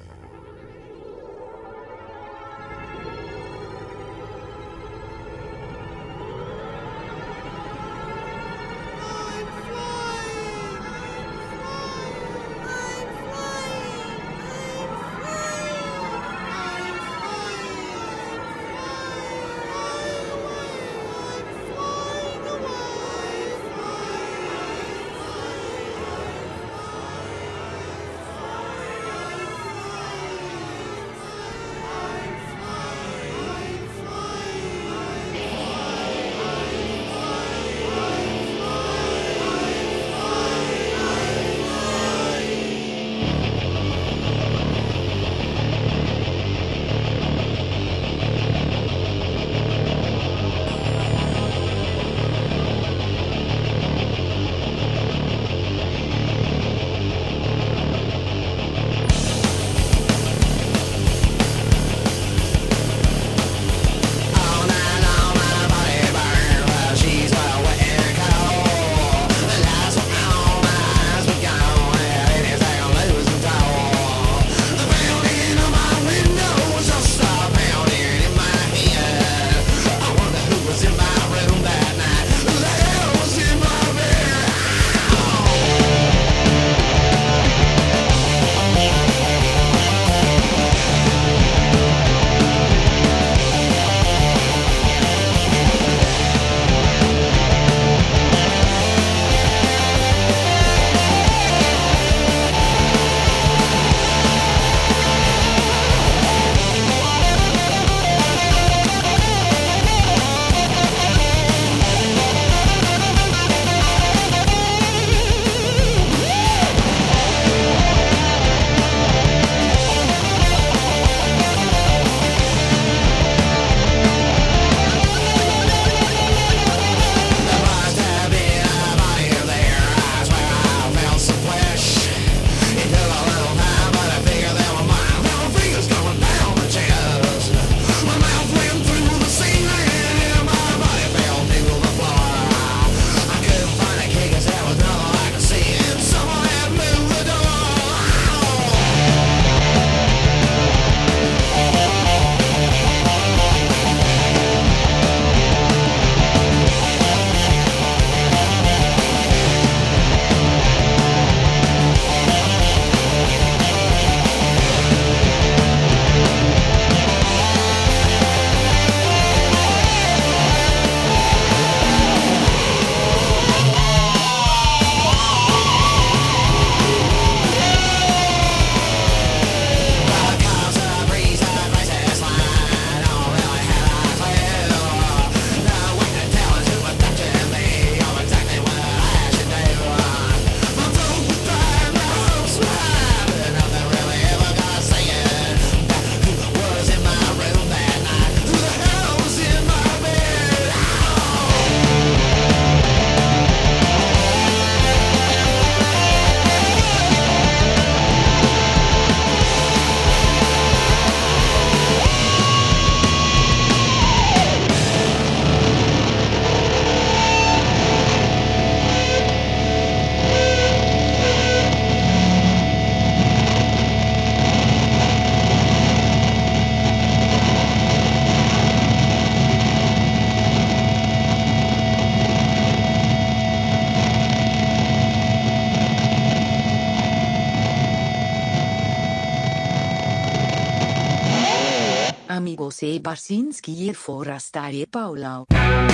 Speaker 13: José Barsinski e Forasta e Paulau.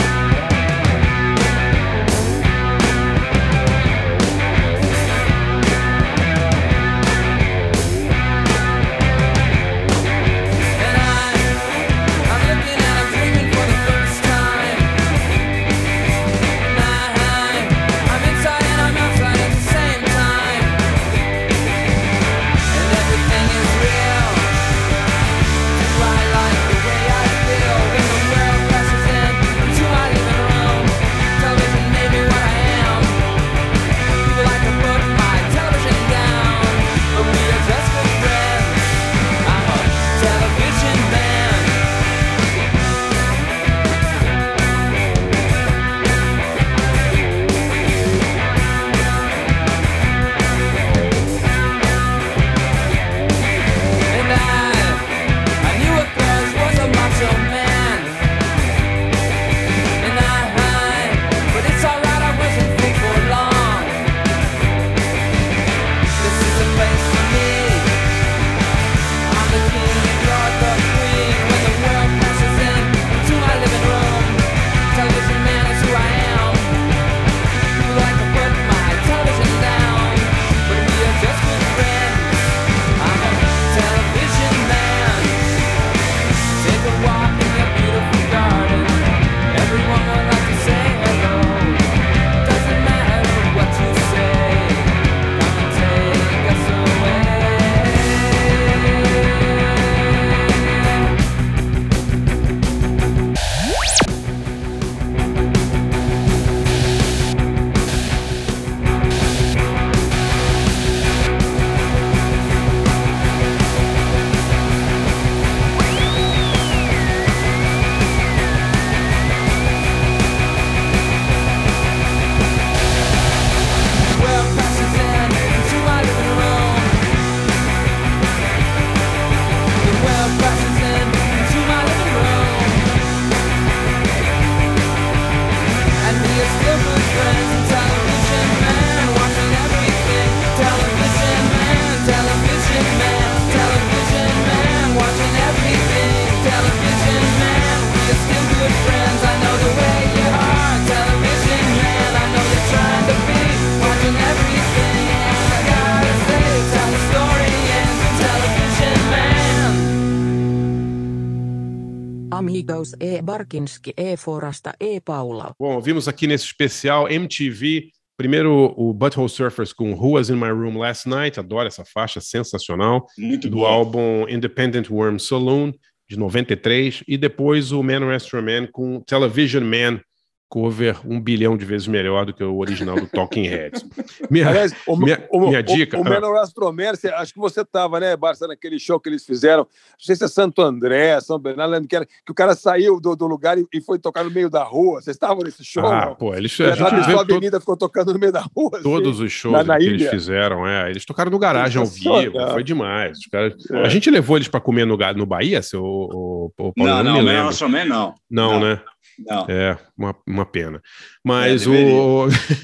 Speaker 3: Amigos e Barkinski e Forasta e Paulau.
Speaker 5: Bom, vimos aqui nesse especial M T V, primeiro o Butthole Surfers com Who Was In My Room Last Night, adoro essa faixa, sensacional.
Speaker 4: Muito
Speaker 5: do
Speaker 4: boa.
Speaker 5: álbum Independent Worm Saloon, de noventa e três, e depois o Man Rest Your Man com Television Man, cover um bilhão de vezes melhor do que o original do Talking Heads. Minha,
Speaker 6: Aliás, o,
Speaker 5: minha,
Speaker 6: o,
Speaker 5: minha
Speaker 6: o,
Speaker 5: dica...
Speaker 6: O, o Menor Astroman, acho que você estava, né, Barça, naquele show que eles fizeram, não sei se é Santo André, São Bernardo, que, era, que o cara saiu do, do lugar e, e foi tocar no meio da rua. Vocês estavam nesse show?
Speaker 5: Ah,
Speaker 6: não?
Speaker 5: pô, eles...
Speaker 6: A,
Speaker 5: A gente
Speaker 6: a
Speaker 5: vê
Speaker 6: avenida
Speaker 5: todo,
Speaker 6: ficou tocando no meio da rua.
Speaker 5: todos
Speaker 6: assim,
Speaker 5: os shows
Speaker 6: na, na
Speaker 5: que
Speaker 6: ilha.
Speaker 5: eles fizeram, é, eles tocaram no garagem ao vivo, foi demais. Os caras,
Speaker 6: é.
Speaker 5: A gente levou eles para comer no, no Bahia, seu o, o, o Paulo,
Speaker 4: não,
Speaker 5: não,
Speaker 4: não,
Speaker 5: me
Speaker 4: o
Speaker 5: lembro.
Speaker 4: Astroman não.
Speaker 5: Não,
Speaker 4: não.
Speaker 5: né?
Speaker 4: Não.
Speaker 5: É, uma, uma pena. Mas
Speaker 4: é,
Speaker 5: o...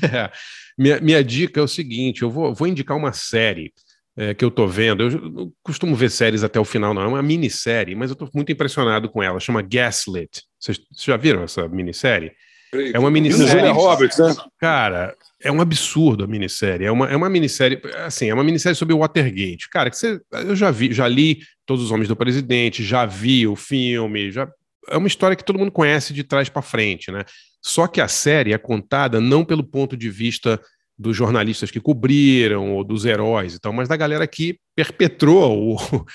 Speaker 5: minha, minha dica é o seguinte, eu vou, vou indicar uma série é, que eu tô vendo. Eu não costumo ver séries até o final, não. É uma minissérie, mas eu tô muito impressionado com ela. Chama Gaslit. Vocês, vocês já viram essa minissérie? É uma minissérie...
Speaker 6: Roberts, né?
Speaker 5: Cara, é um absurdo a minissérie. É uma, é uma minissérie... Assim, é uma minissérie sobre o Watergate. Cara, que você, eu já vi, já li Todos os Homens do Presidente, já vi o filme, já... É uma história que todo mundo conhece de trás para frente, né? Só que a série é contada não pelo ponto de vista dos jornalistas que cobriram ou dos heróis e tal, mas da galera que perpetrou o,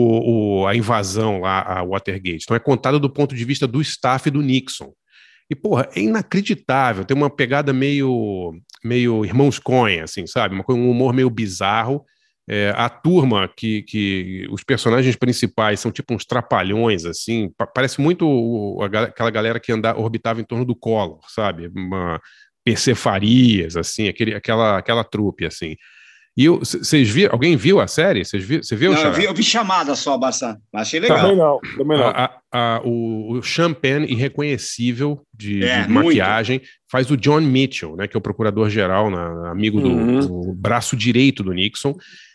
Speaker 5: o, o, a invasão lá a Watergate. Então é contada do ponto de vista do staff do Nixon. E, porra, é inacreditável. Tem uma pegada meio, meio Irmãos Coen, assim, sabe? Uma, um humor meio bizarro. É, a turma que, que os personagens principais são tipo uns trapalhões, assim, pa- parece muito o, a, aquela galera que anda, orbitava em torno do Collor, sabe? Uma P C Farias, assim, aquele, aquela, aquela trupe, assim. E vocês viram? Alguém viu a série? Vocês viram? Você viu?
Speaker 4: Não, eu vi, eu vi chamada só, Barça. Achei legal.
Speaker 6: Também não, também não.
Speaker 5: A, a, a, o, o Champagne, irreconhecível de,
Speaker 4: É,
Speaker 5: de maquiagem, faz o John Mitchell, né, que é o procurador-geral, na, amigo do,
Speaker 6: Uhum.
Speaker 5: do braço direito do Nixon.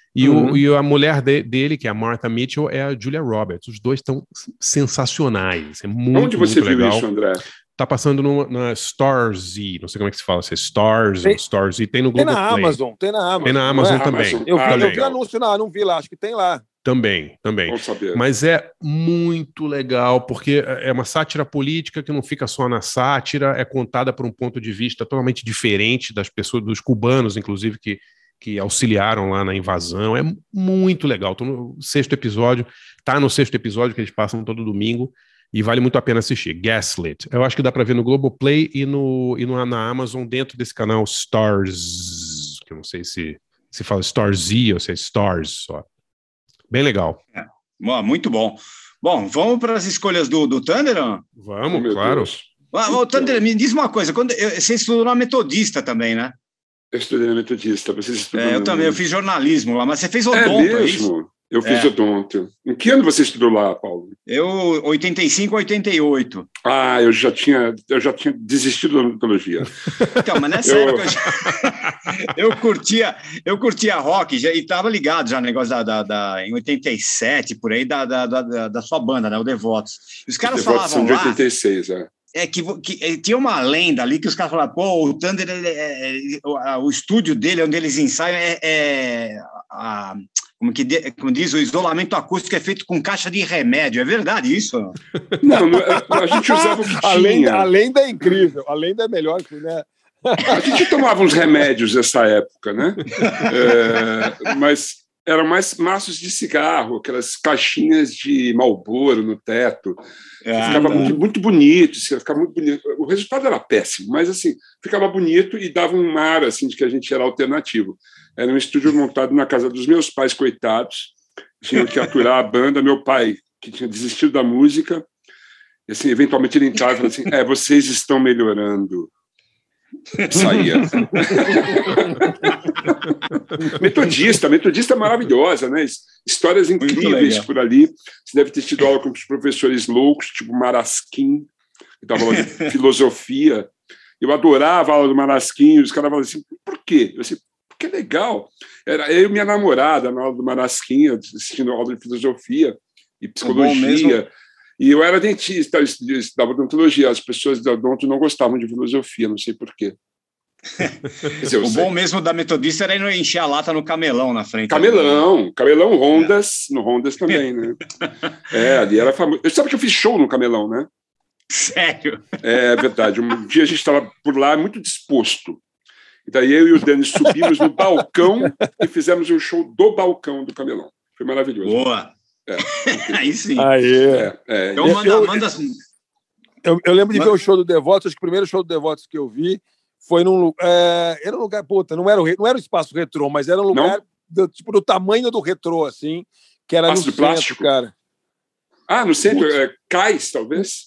Speaker 5: E,
Speaker 6: Uhum.
Speaker 5: o, e a mulher de- dele, que é a Martha Mitchell, é a Julia Roberts. Os dois estão sensacionais. É muito,
Speaker 7: Onde você
Speaker 5: muito
Speaker 7: viu
Speaker 5: legal.
Speaker 7: isso, André?
Speaker 5: Tá passando no, na Starzy, não sei como é que se fala, se é Stars
Speaker 6: Tem-
Speaker 5: ou Starzy, tem no
Speaker 6: Tem
Speaker 5: Globoplay.
Speaker 6: na Amazon, tem na Amazon.
Speaker 5: Tem na
Speaker 6: não
Speaker 5: Amazon
Speaker 6: é?
Speaker 5: também.
Speaker 7: Amazon.
Speaker 6: Eu vi,
Speaker 7: Ah,
Speaker 6: eu vi
Speaker 7: legal.
Speaker 6: anúncio lá, não vi lá, acho que tem lá.
Speaker 5: Também, também.
Speaker 7: Bom saber.
Speaker 5: Mas é muito legal, porque é uma sátira política que não fica só na sátira, é contada por um ponto de vista totalmente diferente das pessoas, dos cubanos, inclusive, que, que auxiliaram lá na invasão. É muito legal. Tô no sexto episódio, tá no sexto episódio que eles passam todo domingo e vale muito a pena assistir. Gaslit. Eu acho que dá para ver no Globoplay e, no, e no, na Amazon, dentro desse canal Stars, que eu não sei se se fala Starzy ou se é Stars só. Bem legal.
Speaker 4: É. Bom, muito bom. Bom, vamos para as escolhas do, do Thunder? Não?
Speaker 5: Vamos,
Speaker 7: Oh, meu
Speaker 5: claro.
Speaker 7: Deus.
Speaker 4: Ah, ô, Thunder, me diz uma coisa. Quando, eu, você estudou na Metodista também, né?
Speaker 7: Eu estudei na Metodista. Vocês estudam
Speaker 4: É, eu
Speaker 7: no-
Speaker 4: também. Eu fiz jornalismo lá, mas você fez
Speaker 7: É
Speaker 4: odonto, é, isso?
Speaker 7: mesmo? Eu fiz
Speaker 4: É.
Speaker 7: odonto. Em que ano você estudou lá, Paulo?
Speaker 4: Eu, oitenta e cinco, oitenta e oito.
Speaker 7: Ah, eu já tinha, eu já tinha desistido da odontologia.
Speaker 4: Então, mas nessa
Speaker 7: Eu-
Speaker 4: época eu, já- eu curtia, eu curtia rock já, e estava ligado já no negócio da, da, da- em oitenta e sete, por aí, da, da, da, da sua banda, né? O Devotos. Os caras
Speaker 7: Devotos são
Speaker 4: falavam
Speaker 7: de
Speaker 4: lá.
Speaker 7: oitenta e seis, é.
Speaker 4: É que, vo- que eh, tinha uma lenda ali que os caras falavam, pô, o Thunder, ele é- é- o, a- o estúdio dele, onde eles ensaiam, é, é a- como, que de- como diz, o isolamento acústico é feito com caixa de remédio. É verdade isso?
Speaker 7: Não, não, a gente usava o que
Speaker 6: A lenda,
Speaker 7: tinha.
Speaker 6: a lenda é incrível, a lenda é melhor que, né?
Speaker 7: A gente tomava uns remédios nessa época, né? É, mas eram mais maços de cigarro, aquelas caixinhas de Marlboro no teto.
Speaker 4: Ah,
Speaker 7: ficava
Speaker 4: tá.
Speaker 7: muito, muito bonito, assim, ficava muito bonito. O resultado era péssimo, mas assim, ficava bonito e dava um ar assim, de que a gente era alternativo. Era um estúdio montado na casa dos meus pais, coitados. Tinham que aturar a banda. Meu pai, que tinha desistido da música, e assim, eventualmente ele entrava e falava assim, é, vocês estão melhorando. Saía. Metodista, metodista maravilhosa, né? Histórias incríveis
Speaker 4: legal.
Speaker 7: por ali. Você deve ter tido aula com os professores loucos, tipo Marasquim, que dava aula de filosofia. Eu adorava a aula do Marasquim, os caras falavam assim, por quê? Eu disse, porque é legal. Era eu e minha namorada na aula do Marasquim, assistindo aula de filosofia e psicologia. E eu era dentista, eu estudava odontologia. As pessoas da odonto não gostavam de filosofia, não sei por quê. Quer dizer, eu
Speaker 4: O
Speaker 7: sei.
Speaker 4: bom mesmo da Metodista era ir no- encher a lata no camelão na frente.
Speaker 7: Camelão, Camelão Rondas, no Rondas também, né? É, ali era famoso. Eu sabe que eu fiz show no Camelão, né?
Speaker 4: Sério?
Speaker 7: É verdade. Um dia a gente estava por lá muito disposto. E daí eu e o Dani subimos no balcão e fizemos um show do balcão do Camelão. Foi maravilhoso.
Speaker 4: Boa.
Speaker 7: É.
Speaker 4: Aí sim.
Speaker 6: Aí.
Speaker 7: É, é.
Speaker 4: Então
Speaker 6: Eu-
Speaker 4: manda,
Speaker 6: eu-
Speaker 4: manda...
Speaker 6: Eu, eu lembro de
Speaker 4: Manda-
Speaker 6: ver o show do Devotos, acho que o primeiro show do Devotos que eu vi foi num lugar. É, era um lugar, puta, não era, o, re- não era o espaço retrô, mas era um lugar do, tipo, do tamanho do retrô, assim, que era
Speaker 7: Espaço
Speaker 6: no
Speaker 7: de
Speaker 6: centro,
Speaker 7: plástico?
Speaker 6: cara.
Speaker 7: Ah, no centro, é, Cais, talvez?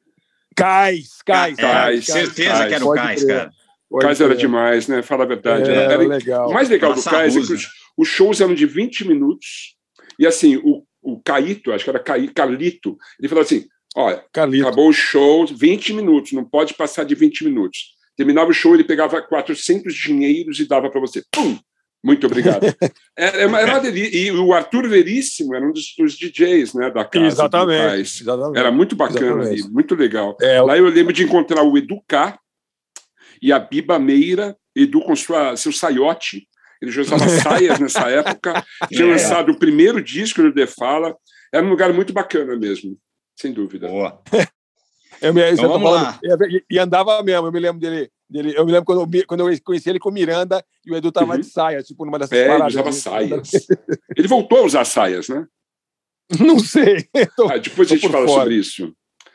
Speaker 6: Cais, Cais,
Speaker 7: É,
Speaker 6: Cais,
Speaker 4: certeza
Speaker 6: Cais,
Speaker 4: que era o
Speaker 6: pode
Speaker 4: Cais,
Speaker 6: crer,
Speaker 4: cara.
Speaker 6: pode
Speaker 7: Cais era
Speaker 6: crer.
Speaker 7: demais, né? Fala a verdade.
Speaker 6: É,
Speaker 7: Era-
Speaker 6: era legal.
Speaker 7: O mais legal do
Speaker 4: Nossa,
Speaker 7: Cais é que
Speaker 4: Rusa.
Speaker 7: os, os shows eram de vinte minutos. E assim, o, o Caíto, acho que era Caí, Carlito, ele falou assim: olha,
Speaker 6: Carlito.
Speaker 7: acabou o show, vinte minutos, não pode passar de vinte minutos. Terminava o show, ele pegava quatrocentos dinheiros e dava para você. Pum! Muito obrigado. Era, era uma delícia. E o Arthur Veríssimo era um dos, dos D Js, né, da casa. do
Speaker 6: Exatamente,
Speaker 7: Cais.
Speaker 6: exatamente.
Speaker 7: Era muito bacana
Speaker 6: Exatamente.
Speaker 7: ali, muito legal.
Speaker 6: É,
Speaker 7: Lá eu lembro de encontrar o Educar e a Biba Meira, Edu com sua, seu saiote. Ele já usava saias nessa época. Tinha
Speaker 4: É.
Speaker 7: lançado o primeiro disco do The Fala. Era um lugar muito bacana mesmo, sem dúvida.
Speaker 4: Boa.
Speaker 6: Eu me,
Speaker 4: Então
Speaker 6: você tá
Speaker 4: vamos
Speaker 6: falando-
Speaker 4: lá.
Speaker 6: e, e andava mesmo, eu me lembro dele. dele eu me lembro quando eu, me- quando eu conheci ele com Miranda e o Edu tava
Speaker 7: Uhum.
Speaker 6: de saia, tipo, numa dessas
Speaker 7: É, ele
Speaker 6: paradas.
Speaker 7: usava
Speaker 6: assim.
Speaker 7: saias. Ele voltou a usar saias, né?
Speaker 6: Não sei. Tô-
Speaker 7: Ah, depois
Speaker 6: tô
Speaker 7: a gente
Speaker 6: por
Speaker 7: fala
Speaker 6: fora.
Speaker 7: sobre isso.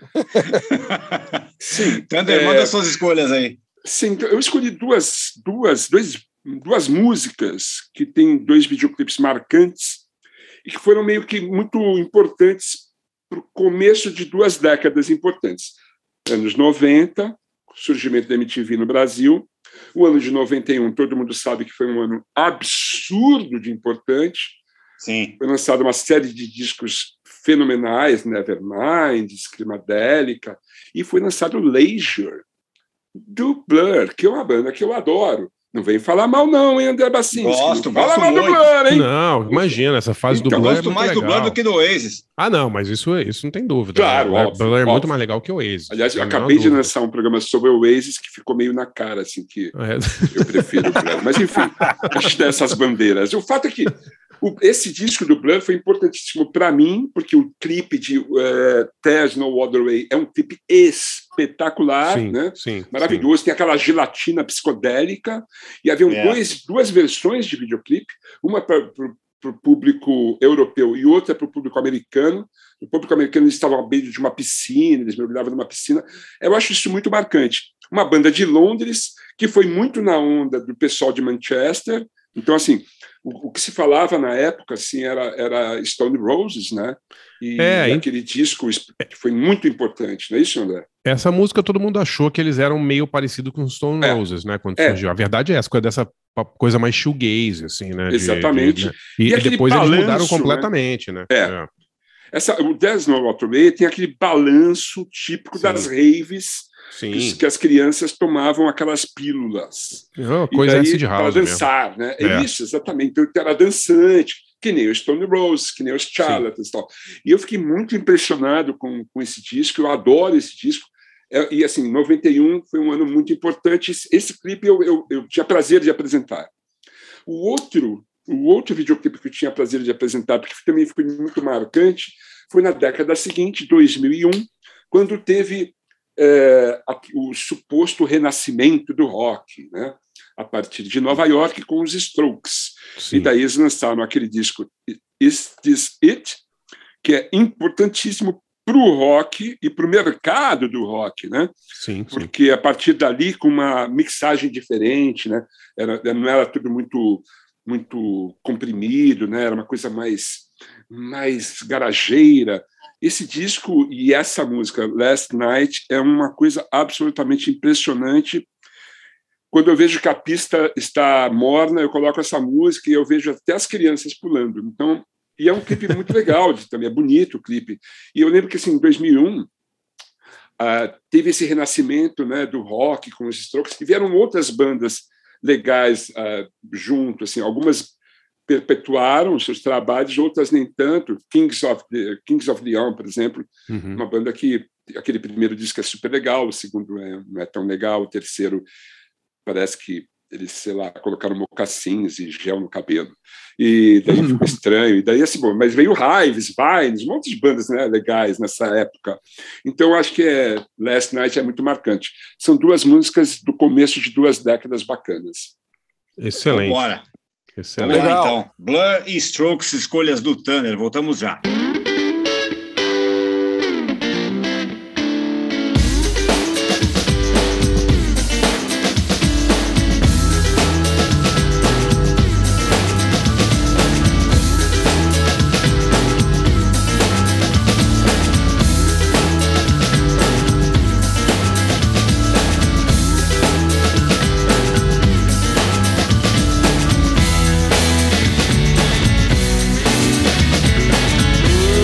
Speaker 7: Sim.
Speaker 4: Thunder,
Speaker 7: É,
Speaker 4: manda suas escolhas aí.
Speaker 7: Sim, então, eu escolhi duas, duas, dois, duas músicas que têm dois videoclipes marcantes e que foram meio que muito importantes para o começo de duas décadas importantes. Anos noventa, surgimento da M T V no Brasil. O ano de noventa e um, todo mundo sabe que foi um ano absurdo de importante.
Speaker 4: Sim.
Speaker 7: Foi lançada uma série de discos fenomenais, Nevermind, Scrimadélica, e foi lançado Leisure, do Blur, que é uma banda que eu adoro, Não vem falar mal, não, hein, André Bacinski?
Speaker 4: Gosto,
Speaker 7: não fala
Speaker 4: gosto
Speaker 7: mal do
Speaker 4: muito.
Speaker 7: Blur, hein?
Speaker 5: Não, imagina, essa fase
Speaker 7: Então,
Speaker 5: do Blur é
Speaker 4: Gosto
Speaker 5: muito
Speaker 4: mais
Speaker 5: legal.
Speaker 4: do Blur do que do Oasis.
Speaker 5: Ah, não, mas isso, isso não tem dúvida.
Speaker 7: Claro,
Speaker 5: né? O
Speaker 7: óbvio,
Speaker 5: Blur é muito
Speaker 7: óbvio.
Speaker 5: mais legal que o Oasis.
Speaker 7: Aliás, eu
Speaker 5: não tem a
Speaker 7: acabei de
Speaker 5: menor
Speaker 7: lançar um programa sobre o Oasis que ficou meio na cara, assim, que
Speaker 5: É.
Speaker 7: eu prefiro o Blur. Mas, enfim, a gente dá essas bandeiras. O fato é que o- esse disco do Blur foi importantíssimo para mim, porque o clipe de uh, There's No Other Way é um clipe espetacular,
Speaker 5: Sim,
Speaker 7: né?
Speaker 5: sim,
Speaker 7: Maravilhoso, tem aquela gelatina psicodélica, e haviam
Speaker 4: É.
Speaker 7: dois, duas versões de videoclipe, uma para o público europeu e outra para o público americano. O público americano eles estavam à beira de uma piscina, eles mergulhavam numa piscina. Eu acho isso muito marcante. Uma banda de Londres que foi muito na onda do pessoal de Manchester. Então, assim, o, o que se falava na época assim, era, era Stone Roses, né? E
Speaker 5: É, hein?
Speaker 7: aquele disco que foi muito importante, não é isso, André?
Speaker 5: Essa música todo mundo achou que eles eram meio parecidos com os Stone
Speaker 7: É.
Speaker 5: Roses, né? Quando
Speaker 7: É.
Speaker 5: surgiu. A verdade é essa, coisa dessa coisa mais shoegaze, assim, né? de-
Speaker 7: Exatamente.
Speaker 5: de- né? E,
Speaker 7: E
Speaker 5: e
Speaker 7: aquele
Speaker 5: depois eles
Speaker 7: balanço,
Speaker 5: mudaram
Speaker 7: né?
Speaker 5: completamente, né?
Speaker 7: É. Essa, o There's No Other Way tem aquele balanço típico
Speaker 5: Sim.
Speaker 7: das raves,
Speaker 5: Sim.
Speaker 7: que, que as crianças tomavam aquelas pílulas.
Speaker 5: Oh,
Speaker 7: E
Speaker 5: coisa
Speaker 7: daí,
Speaker 5: acid
Speaker 7: para
Speaker 5: house
Speaker 7: dançar, né?
Speaker 5: É.
Speaker 7: É isso, exatamente. Então, era dançante, que nem o Stone Roses, que nem os Charlatans e tal. E eu fiquei muito impressionado com, com esse disco, eu adoro esse disco. É, e, assim, noventa e um foi um ano muito importante. Esse, esse clipe eu, eu, eu tinha prazer de apresentar. O outro, o outro videoclipe que eu tinha prazer de apresentar, porque também foi muito marcante, foi na década seguinte, dois mil e um, quando teve é, a- o suposto renascimento do rock, né? A partir de Nova York com os Strokes.
Speaker 5: Sim.
Speaker 7: E daí eles lançaram aquele disco Is This It?, que é importantíssimo para o rock e para o mercado do rock, né?
Speaker 5: Sim, sim.
Speaker 7: Porque a partir dali, com uma mixagem diferente, né? Era, não era tudo muito, muito comprimido, né? Era uma coisa mais, mais garageira. Esse disco e essa música, Last Night, é uma coisa absolutamente impressionante. Quando eu vejo que a pista está morna, eu coloco essa música e eu vejo até as crianças pulando. Então, e é um clipe muito legal, também é bonito o clipe. E eu lembro que assim, em dois mil e um uh, teve esse renascimento, né, do rock com os Strokes, e vieram outras bandas legais uh, junto, assim, algumas perpetuaram seus trabalhos, outras nem tanto. Kings of the, Kings of Leon, por exemplo,
Speaker 5: Uhum.
Speaker 7: uma banda que aquele primeiro disco é super legal, o segundo é, não é tão legal, o terceiro parece que eles, sei lá, colocaram mocassins e gel no cabelo. E daí ficou estranho. E daí, assim, bom, mas veio Hives, Vines, um monte de bandas, né, legais nessa época. Então, acho que é, Last Night é muito marcante. São duas músicas do começo de duas décadas bacanas.
Speaker 5: Excelente.
Speaker 4: Bora.
Speaker 5: Excelente.
Speaker 4: Vamos lá, então. Blur e Strokes, escolhas do Tanner. Voltamos já.
Speaker 9: Blur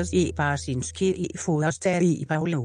Speaker 3: Amigos i Barsinski i Forrester i Paulo.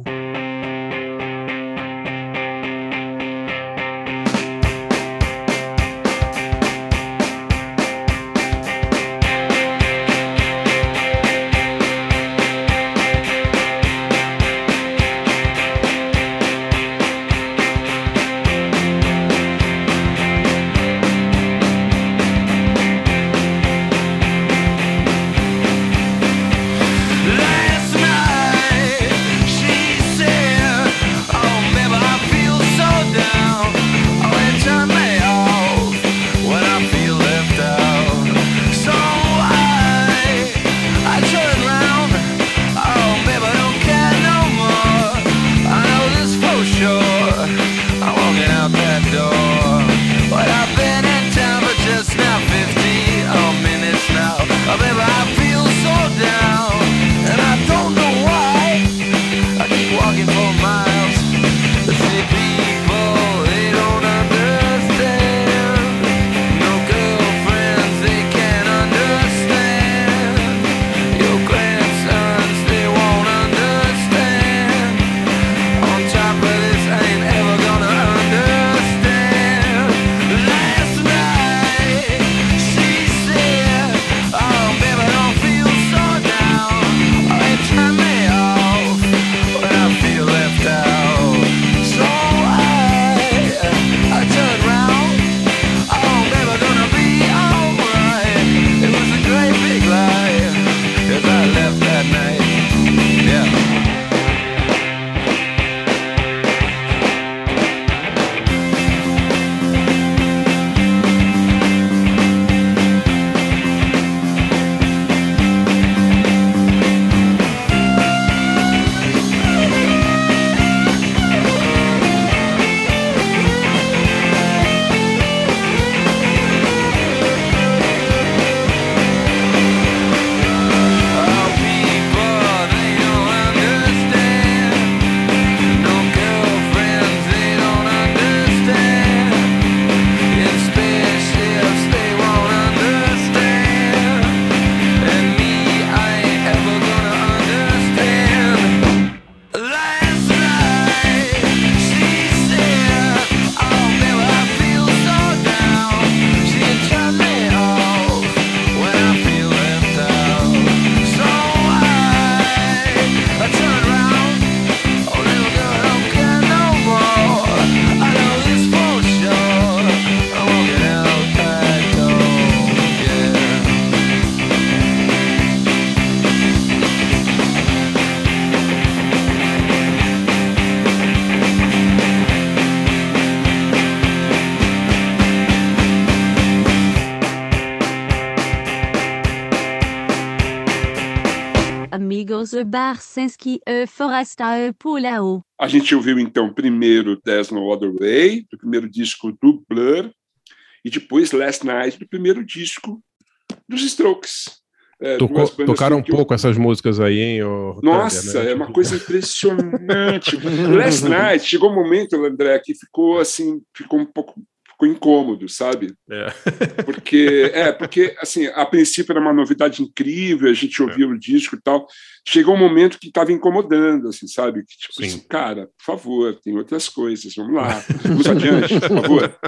Speaker 14: Amigos e Barsinski e Forrester e Paulo.
Speaker 7: A gente ouviu, então, primeiro There's No Other Way, do primeiro disco do Blur, e depois Last Night, do primeiro disco dos Strokes. É,
Speaker 5: Tocou, tocaram um pouco eu... essas músicas aí, hein? O
Speaker 7: Nossa, Thunder, né? É uma coisa impressionante. Last Night, chegou um momento, André, que ficou assim, ficou um pouco ficou incômodo, sabe? É. Porque, é, porque, assim, a princípio era uma novidade incrível, a gente ouvia é. o disco e tal. Chegou um momento que estava incomodando, assim, sabe? Que, tipo assim, cara, por favor, tem outras coisas, vamos lá, vamos adiante, por favor.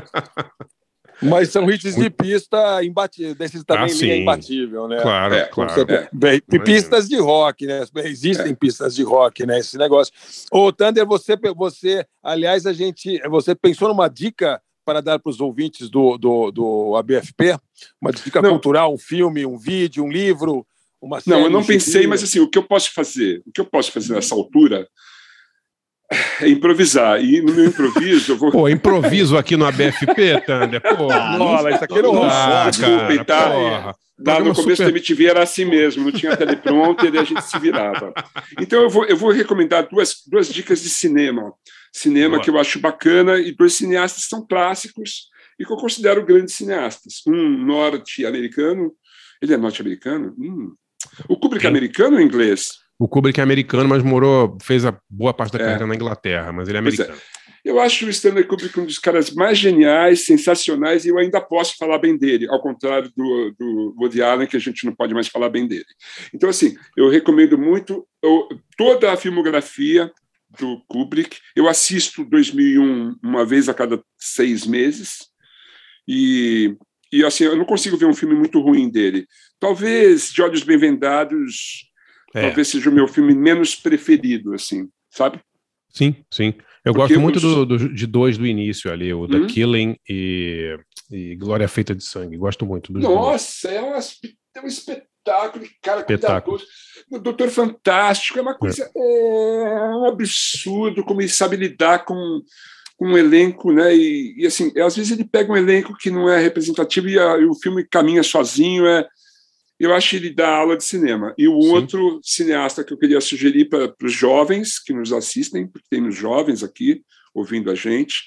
Speaker 6: Mas são hits de pista imbatíveis, desses também
Speaker 5: ah,
Speaker 6: é imbatível, né?
Speaker 5: Claro,
Speaker 6: é,
Speaker 5: claro.
Speaker 6: É. Bem, pistas de rock, né? Existem é. pistas de rock, né? Esse negócio. Ô, Thunder, você, você, aliás, a gente, você pensou numa dica para dar para os ouvintes do, do, do A B F P? Uma dica não. cultural, um filme, um vídeo, um livro, uma série?
Speaker 7: Não, eu não pensei, mas assim, o que eu posso fazer? O que eu posso fazer nessa altura é improvisar. E no meu improviso eu vou...
Speaker 5: Pô, improviso aqui no A B F P, Thunder, pô.
Speaker 6: Nossa, isso aqui não
Speaker 7: ah, desculpa, tá? Dá, no começo super... da M T V era assim mesmo, não tinha teleprompter e a gente se virava. Então eu vou, eu vou recomendar duas, duas dicas de cinema. Cinema Boa. que eu acho bacana, e dois cineastas que são clássicos e que eu considero grandes cineastas. Um norte-americano, ele é norte-americano? Hum. O Kubrick é americano ou inglês?
Speaker 5: O Kubrick é americano, mas morou, fez a boa parte da
Speaker 7: É.
Speaker 5: carreira na Inglaterra, mas ele é
Speaker 7: Pois é.
Speaker 5: americano.
Speaker 7: Eu acho o Stanley Kubrick um dos caras mais geniais, sensacionais, e eu ainda posso falar bem dele, ao contrário do, do Woody Allen, que a gente não pode mais falar bem dele. Então, assim, eu recomendo muito eu, toda a filmografia do Kubrick. Eu assisto dois mil e um uma vez a cada seis meses, e, e assim, eu não consigo ver um filme muito ruim dele. Talvez De Olhos Bem Vendados
Speaker 5: É.
Speaker 7: talvez seja o meu filme menos preferido, assim, sabe?
Speaker 5: Sim, sim. Eu
Speaker 7: Porque
Speaker 5: gosto muito
Speaker 7: os-
Speaker 5: do, do- de dois do início ali, o The
Speaker 7: Hum?
Speaker 5: Killing e, e Glória Feita de Sangue. Gosto muito dos dois.
Speaker 7: Nossa, é um, as- é um espetáculo, cara,
Speaker 5: Espetáculo.
Speaker 7: cuidadoso. O Doutor Fantástico é uma coisa, é um absurdo como ele sabe lidar com, com um elenco, né? E, e, assim, às vezes ele pega um elenco que não é representativo e, a- e o filme caminha sozinho. É, eu acho que ele dá aula de cinema. E o outro cineasta que eu queria sugerir para os jovens que nos assistem, porque tem os jovens aqui ouvindo a gente,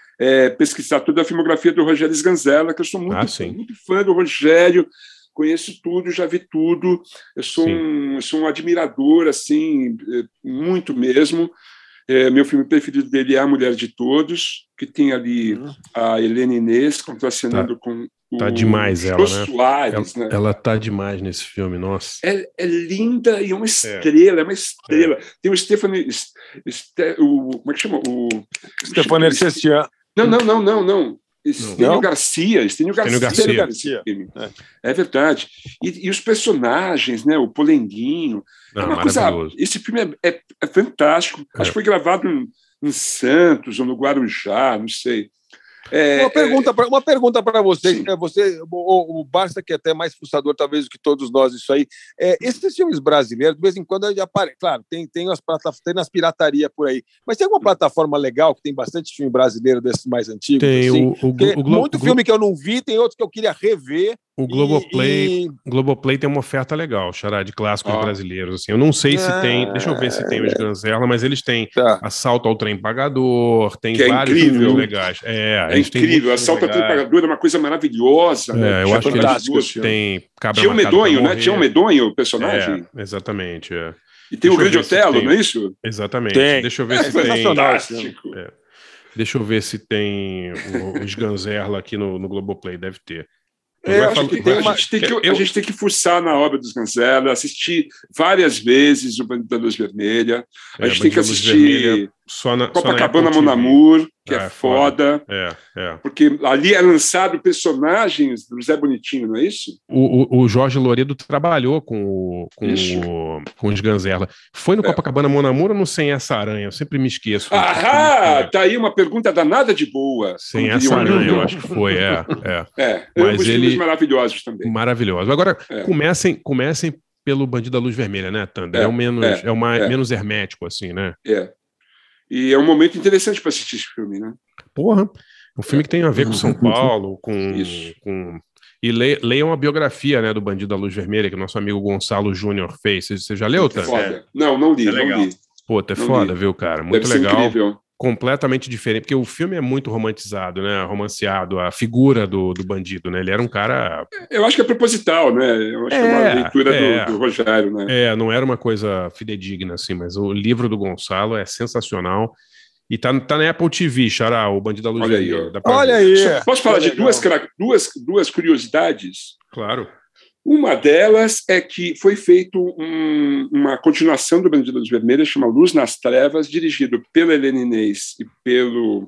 Speaker 7: é pesquisar toda a filmografia do Rogério Sganzella, que eu sou muito,
Speaker 5: Ah,
Speaker 7: fã,
Speaker 5: sim.
Speaker 7: muito fã do Rogério, conheço tudo, já vi tudo. Eu sou,
Speaker 5: Sim.
Speaker 7: um, eu sou um admirador, assim, é, muito mesmo. É, meu filme preferido dele é A Mulher de Todos, que tem ali a Helena Inês contracenando com o
Speaker 5: Tá demais ela,
Speaker 7: Jô
Speaker 5: né?
Speaker 7: Soares,
Speaker 5: ela,
Speaker 7: né?
Speaker 5: ela tá demais nesse filme, nossa.
Speaker 7: É, é linda e é uma estrela, é, uma estrela. Tem o Stephanie, Ste, o, como é que chama? O
Speaker 6: Stefano Ercecian.
Speaker 7: Não, não, não, não, não. Estênio
Speaker 6: Não?
Speaker 7: Garcia, Estênio Garcia.
Speaker 5: Garcia.
Speaker 7: Garcia. É. É verdade. E, e os personagens, né? O Polenguinho.
Speaker 5: Não,
Speaker 7: é uma coisa,
Speaker 5: maravilhoso.
Speaker 7: esse filme é, é, é fantástico.
Speaker 5: É.
Speaker 7: Acho que foi gravado em, em Santos ou no Guarujá, não sei. É,
Speaker 6: Uma pergunta para uma pergunta para vocês, é, você, o, o Barça, que é até mais fuçador talvez do que todos nós isso aí, é, esses filmes brasileiros de vez em quando aparecem, claro, tem tem as plataformas, tem nas pirataria por aí, mas tem alguma plataforma legal que tem bastante filme brasileiro desses mais antigos?
Speaker 5: Tem
Speaker 6: assim?
Speaker 5: o- o Glo-
Speaker 6: Porque
Speaker 5: o Glo-
Speaker 6: muito
Speaker 5: o Glo-
Speaker 6: filme que eu não vi, tem outros que eu queria rever.
Speaker 5: O Globoplay,
Speaker 6: E-
Speaker 5: o Globoplay tem uma oferta legal, Xará, de clássicos
Speaker 7: Ah.
Speaker 5: brasileiros. Assim. Eu não sei se tem, deixa eu ver se tem os Ganzerla, mas eles têm Assalto ao Trem Pagador, tem
Speaker 7: Que é
Speaker 5: vários
Speaker 7: incrível.
Speaker 5: filmes legais. É,
Speaker 7: É
Speaker 5: eles têm
Speaker 7: incrível.
Speaker 5: muitos
Speaker 7: Assalto ao
Speaker 5: filmes
Speaker 7: Trem
Speaker 5: legais.
Speaker 7: Pagador é uma coisa maravilhosa.
Speaker 5: É,
Speaker 7: né?
Speaker 5: eu acho que
Speaker 7: Fantástico
Speaker 5: eles
Speaker 7: esse filme.
Speaker 5: têm Cabra
Speaker 7: Tinha o
Speaker 5: Marcado pra
Speaker 7: Medonho, né?
Speaker 5: Morrer.
Speaker 7: Tinha o Medonho, o personagem.
Speaker 5: É, exatamente. É.
Speaker 7: E tem
Speaker 5: Deixa
Speaker 7: o Grande
Speaker 5: eu ver se
Speaker 7: Otelo,
Speaker 5: tem-
Speaker 7: não é isso?
Speaker 5: Exatamente.
Speaker 6: Tem.
Speaker 5: Deixa eu ver
Speaker 6: É
Speaker 5: se tem.
Speaker 6: sensacional esse filme.
Speaker 7: Fantástico.
Speaker 5: É. Deixa eu ver se tem o- os Ganzerla aqui no, no Globoplay, deve ter.
Speaker 7: É, eu
Speaker 5: Vai
Speaker 7: acho
Speaker 5: falar-
Speaker 7: que
Speaker 5: vai-
Speaker 7: a, gente tem que,
Speaker 5: eu-
Speaker 7: a gente tem que fuçar na obra dos Ganzella, assistir várias vezes o Bandido da Luz Vermelha. A
Speaker 5: É,
Speaker 7: gente tem que
Speaker 5: Bandido da Luz
Speaker 7: assistir
Speaker 5: Vermelha, só na, só na
Speaker 7: Copacabana
Speaker 5: Apple
Speaker 7: Mon
Speaker 5: T V.
Speaker 7: Amour, que é,
Speaker 5: É,
Speaker 7: foda,
Speaker 5: É, é.
Speaker 7: porque ali é lançado personagens do Zé Bonitinho, não é isso?
Speaker 5: O, o, o Jorge Loredo trabalhou com, o, com,
Speaker 7: Isso.
Speaker 5: o, com os Ganzerla. Foi no
Speaker 7: É.
Speaker 5: Copacabana Mon Amour ou no Sem Essa Aranha? Eu sempre me esqueço.
Speaker 7: Ah, tá aí uma pergunta danada de boa.
Speaker 5: Sem
Speaker 7: como diria
Speaker 5: Essa
Speaker 7: um amigo
Speaker 5: Aranha, eu
Speaker 7: meu.
Speaker 5: acho que foi, é. é.
Speaker 7: É,
Speaker 5: Mas
Speaker 7: ambos filmes
Speaker 5: ele-
Speaker 7: maravilhosos também.
Speaker 5: Maravilhoso. Agora,
Speaker 7: É.
Speaker 5: comecem, comecem pelo Bandido da Luz Vermelha, né, Thunder? É,
Speaker 7: É,
Speaker 5: o menos,
Speaker 7: é,
Speaker 5: é, o mais,
Speaker 7: é.
Speaker 5: menos hermético, assim, né?
Speaker 7: É. E é um momento interessante para assistir esse filme, né?
Speaker 5: Porra, um filme que tem a ver com São Paulo, com...
Speaker 7: Isso.
Speaker 5: com... E le, leiam a biografia, né, do Bandido da Luz Vermelha, que o nosso amigo Gonçalo Júnior fez. Você, você já leu, Thunder?
Speaker 7: Foda. Não, não li,
Speaker 4: É
Speaker 7: não
Speaker 4: legal.
Speaker 7: li.
Speaker 5: Puta, é
Speaker 7: Não
Speaker 5: foda,
Speaker 7: li.
Speaker 5: viu, cara? Muito
Speaker 7: Deve ser
Speaker 5: legal.
Speaker 7: incrível.
Speaker 5: Completamente diferente, porque o filme é muito romantizado, né? Romanceado, a figura do, do bandido, né? Ele era um cara.
Speaker 7: Eu acho que é proposital, né? Eu acho que é uma
Speaker 5: É,
Speaker 7: leitura
Speaker 5: é.
Speaker 7: do, do Rogério, né?
Speaker 5: É, não era uma coisa fidedigna, assim, mas o livro do Gonçalo é sensacional. E tá, tá na Apple T V, Xará, o Bandido da Luz
Speaker 7: Olha aí,
Speaker 5: Vermelha.
Speaker 7: ó.
Speaker 5: Dá pra
Speaker 6: Olha
Speaker 5: ver.
Speaker 6: aí.
Speaker 7: Só posso falar
Speaker 6: Que
Speaker 7: de
Speaker 6: legal.
Speaker 7: duas, cara- duas, duas curiosidades?
Speaker 5: Claro.
Speaker 7: Uma delas é que foi feito um- uma continuação do Bandido das Vermelhas, chama Luz nas Trevas, dirigido pela Helena Inês e pelo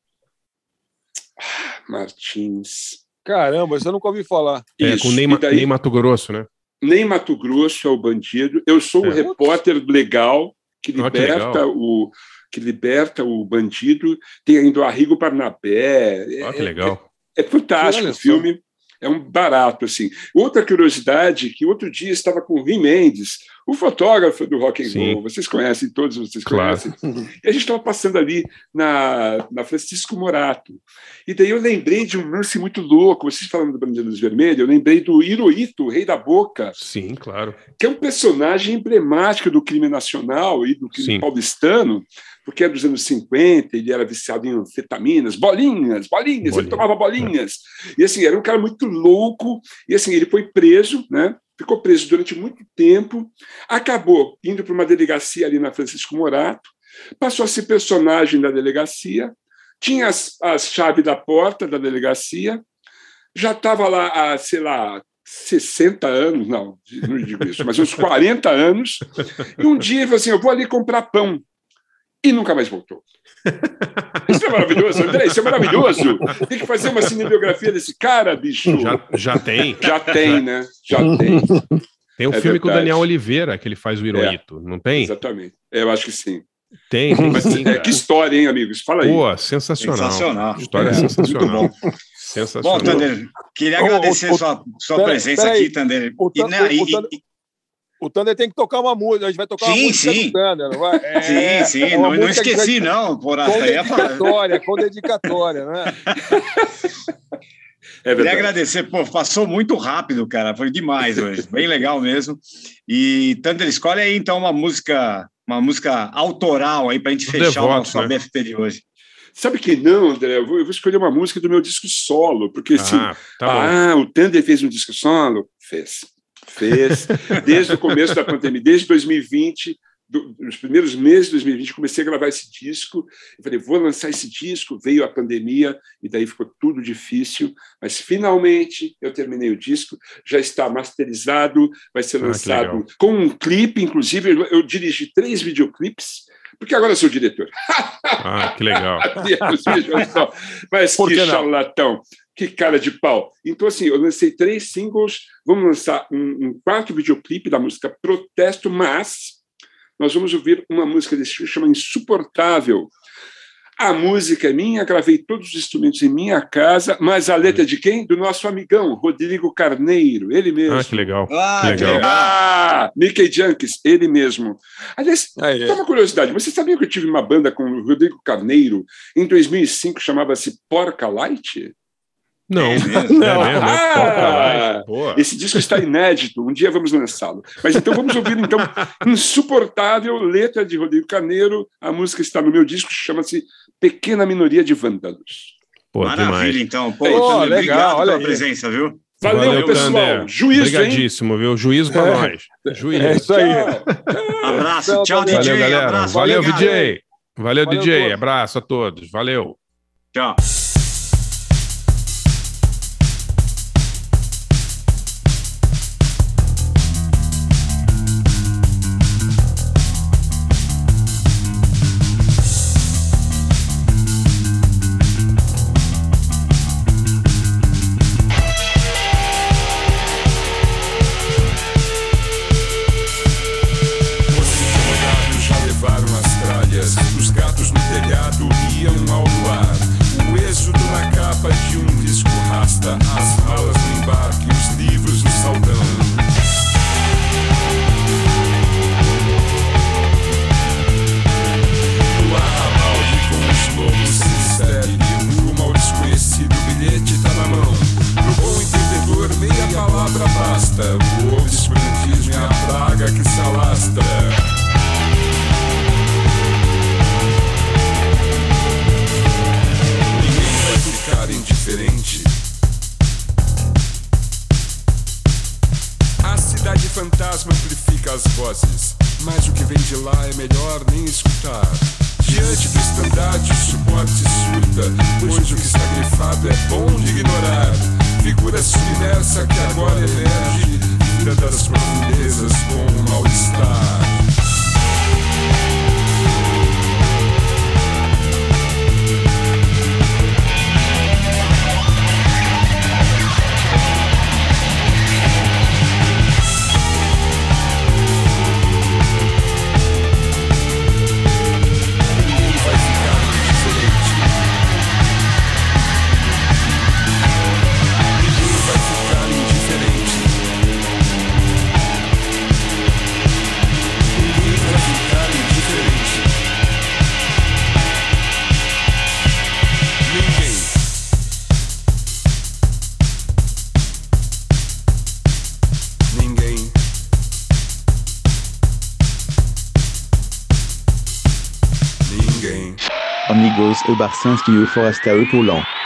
Speaker 7: Ah, Martins.
Speaker 6: Caramba, isso eu nunca ouvi falar.
Speaker 5: É,
Speaker 7: Isso.
Speaker 5: com Ney,
Speaker 7: E
Speaker 5: Ma-
Speaker 7: daí-
Speaker 5: Ney Mato Grosso, né?
Speaker 7: Nem Mato Grosso é o bandido. Eu sou o
Speaker 5: É.
Speaker 7: repórter legal que
Speaker 5: Ah, que
Speaker 7: liberta
Speaker 5: legal.
Speaker 7: o que liberta o bandido. Tem ainda o Arrigo Barnabé. É,
Speaker 5: Olha que legal.
Speaker 7: é fantástico
Speaker 6: Olha
Speaker 7: o
Speaker 6: só.
Speaker 7: filme. É um barato, assim. Outra curiosidade, que outro dia estava com o Vim Mendes, o fotógrafo do Rock and
Speaker 5: Sim.
Speaker 7: Roll. Vocês conhecem, todos vocês
Speaker 5: Claro.
Speaker 7: conhecem. E a gente estava passando ali na, na Francisco Morato. E daí eu lembrei de um lance muito louco. Vocês falando do Bandido dos Vermelhos, eu lembrei do Hirohito, o Rei da Boca,
Speaker 5: Sim, claro.
Speaker 7: que é um personagem emblemático do crime nacional e do crime
Speaker 5: Sim.
Speaker 7: paulistano, porque é dos anos cinquenta, ele era viciado em anfetaminas, bolinhas, bolinhas,
Speaker 5: Bolinha.
Speaker 7: ele tomava bolinhas. E assim, era um cara muito louco, e assim, ele foi preso, né? ficou preso durante muito tempo, acabou indo para uma delegacia ali na Francisco Morato, passou a ser personagem da delegacia, tinha as, as chaves da porta da delegacia, já estava lá há, sei lá, sessenta anos, não, não digo isso, mas uns quarenta anos, e um dia ele falou assim, eu vou ali comprar pão, e nunca mais voltou. Isso é maravilhoso, André, isso é maravilhoso. Tem que fazer uma cinebiografia desse cara, bicho.
Speaker 5: Já, já tem.
Speaker 7: Já tem, né? Já tem.
Speaker 5: Tem um
Speaker 7: é
Speaker 5: filme
Speaker 7: verdade.
Speaker 5: com o Daniel Oliveira, que ele faz o Hirohito, é, não tem?
Speaker 7: Exatamente. Eu acho que sim.
Speaker 5: Tem, tem
Speaker 7: Mas,
Speaker 5: sim,
Speaker 7: é, que história, hein, amigos? Fala aí.
Speaker 5: Pô, sensacional.
Speaker 4: Sensacional.
Speaker 5: História
Speaker 4: é,
Speaker 5: sensacional.
Speaker 4: Muito bom.
Speaker 5: Sensacional.
Speaker 4: Bom, Tander, queria agradecer
Speaker 6: o, o,
Speaker 4: sua, sua
Speaker 6: pera,
Speaker 4: presença
Speaker 6: pera
Speaker 4: aqui,
Speaker 6: aí.
Speaker 4: Tander.
Speaker 6: O,
Speaker 4: E, né,
Speaker 6: o,
Speaker 4: e,
Speaker 6: o, o Tander tem que tocar uma música, a gente vai tocar uma
Speaker 4: sim,
Speaker 6: música
Speaker 4: sim.
Speaker 6: do Tander, não vai? É,
Speaker 4: sim, sim,
Speaker 6: é
Speaker 4: não, não esqueci, não, Porasta.
Speaker 6: Com dedicatória, com dedicatória, né?
Speaker 7: É
Speaker 4: Queria agradecer, pô, passou muito rápido, cara, foi demais hoje, bem legal mesmo. E, Tander, escolhe aí, então, uma música, uma música autoral aí pra gente fechar
Speaker 5: devoto,
Speaker 4: o nosso
Speaker 5: né?
Speaker 4: A B F P de hoje.
Speaker 7: Sabe que não, André? Eu vou, eu vou escolher uma música do meu disco solo, porque assim,
Speaker 5: Ah, tá bom.
Speaker 7: ah, o Tander fez um disco solo? Fez. Fez. Desde o começo da pandemia, desde dois mil e vinte, do, nos primeiros meses de dois mil e vinte, comecei a gravar esse disco. Eu falei, vou lançar esse disco. Veio a pandemia e daí ficou tudo difícil. Mas finalmente eu terminei o disco, já está masterizado, vai ser
Speaker 5: Ah,
Speaker 7: lançado com um clipe, inclusive. Eu, eu dirigi três videoclipes, porque agora eu sou diretor.
Speaker 5: Ah, que legal.
Speaker 7: Mas
Speaker 6: Por
Speaker 7: que,
Speaker 6: que não?
Speaker 7: charlatão, que cara de pau. Então, assim, eu lancei três singles, vamos lançar um, um quarto videoclipe da música Protesto, mas nós vamos ouvir uma música desse filme que chama Insuportável. A música é minha, gravei todos os instrumentos em minha casa, mas a letra é de quem? Do nosso amigão, Rodrigo Carneiro, ele mesmo.
Speaker 5: Ah, que legal.
Speaker 4: Ah,
Speaker 5: que legal.
Speaker 7: Ah, Mickey Junkies, ele mesmo. Aliás,
Speaker 6: Aí,
Speaker 7: só uma curiosidade, você sabia que eu tive uma banda com o Rodrigo Carneiro em dois mil e cinco, chamava-se Porca Light?
Speaker 5: Não,
Speaker 4: É
Speaker 5: é
Speaker 4: mesmo?
Speaker 5: mesmo.
Speaker 7: Ah,
Speaker 5: Boa.
Speaker 7: esse disco está inédito, um dia vamos lançá-lo. Mas então vamos ouvir então Insuportável, letra de Rodrigo Carneiro. A música está no meu disco, chama-se Pequena Minoria de Vândalos.
Speaker 5: Pô,
Speaker 4: Maravilha,
Speaker 5: demais.
Speaker 4: então. Pô,
Speaker 6: Pô,
Speaker 4: Tander,
Speaker 6: legal,
Speaker 4: obrigado
Speaker 6: olha
Speaker 4: pela
Speaker 6: aí.
Speaker 4: presença, viu?
Speaker 7: Valeu,
Speaker 5: Valeu,
Speaker 7: pessoal.
Speaker 5: Tander.
Speaker 7: Juízo, hein?
Speaker 5: Obrigadíssimo, viu? Juízo pra
Speaker 6: É.
Speaker 5: nós. Juízo.
Speaker 6: É isso aí.
Speaker 4: Abraço,
Speaker 6: Então,
Speaker 4: tchau,
Speaker 6: Tander.
Speaker 4: D J.
Speaker 5: Valeu, galera.
Speaker 4: Abraço,
Speaker 5: Valeu,
Speaker 4: obrigado.
Speaker 5: D J. Valeu,
Speaker 6: Valeu,
Speaker 5: D J.
Speaker 6: todos.
Speaker 5: Abraço a todos. Valeu.
Speaker 4: Tchau.
Speaker 15: Os já levaram as tralhas, os gatos no telhado iam ao luar. O êxodo na capa de um disco rasta, as malas no embarque, os livros no saldão. No arrabalde com os lobos se estéril, rumo ao desconhecido, o bilhete tá na mão. Pro bom entendedor, meia palavra basta. O obscurantismo é a praga que se alastra. Ninguém vai ficar indiferente. A cidade fantasma amplifica as vozes, mas o que vem de lá é melhor nem escutar. Diante do estandarte, o suporte surda, pois o que está grifado é bom de ignorar. Figura submersa que agora emerge, vinda das profundezas com o mal-estar. Ninguém vai ficar indiferente. Ninguém vai ficar indiferente. Ninguém vai ficar indiferente. Ninguém. Ninguém. Ninguém.
Speaker 2: Amigos, Barcinski, Foresta, Paulão.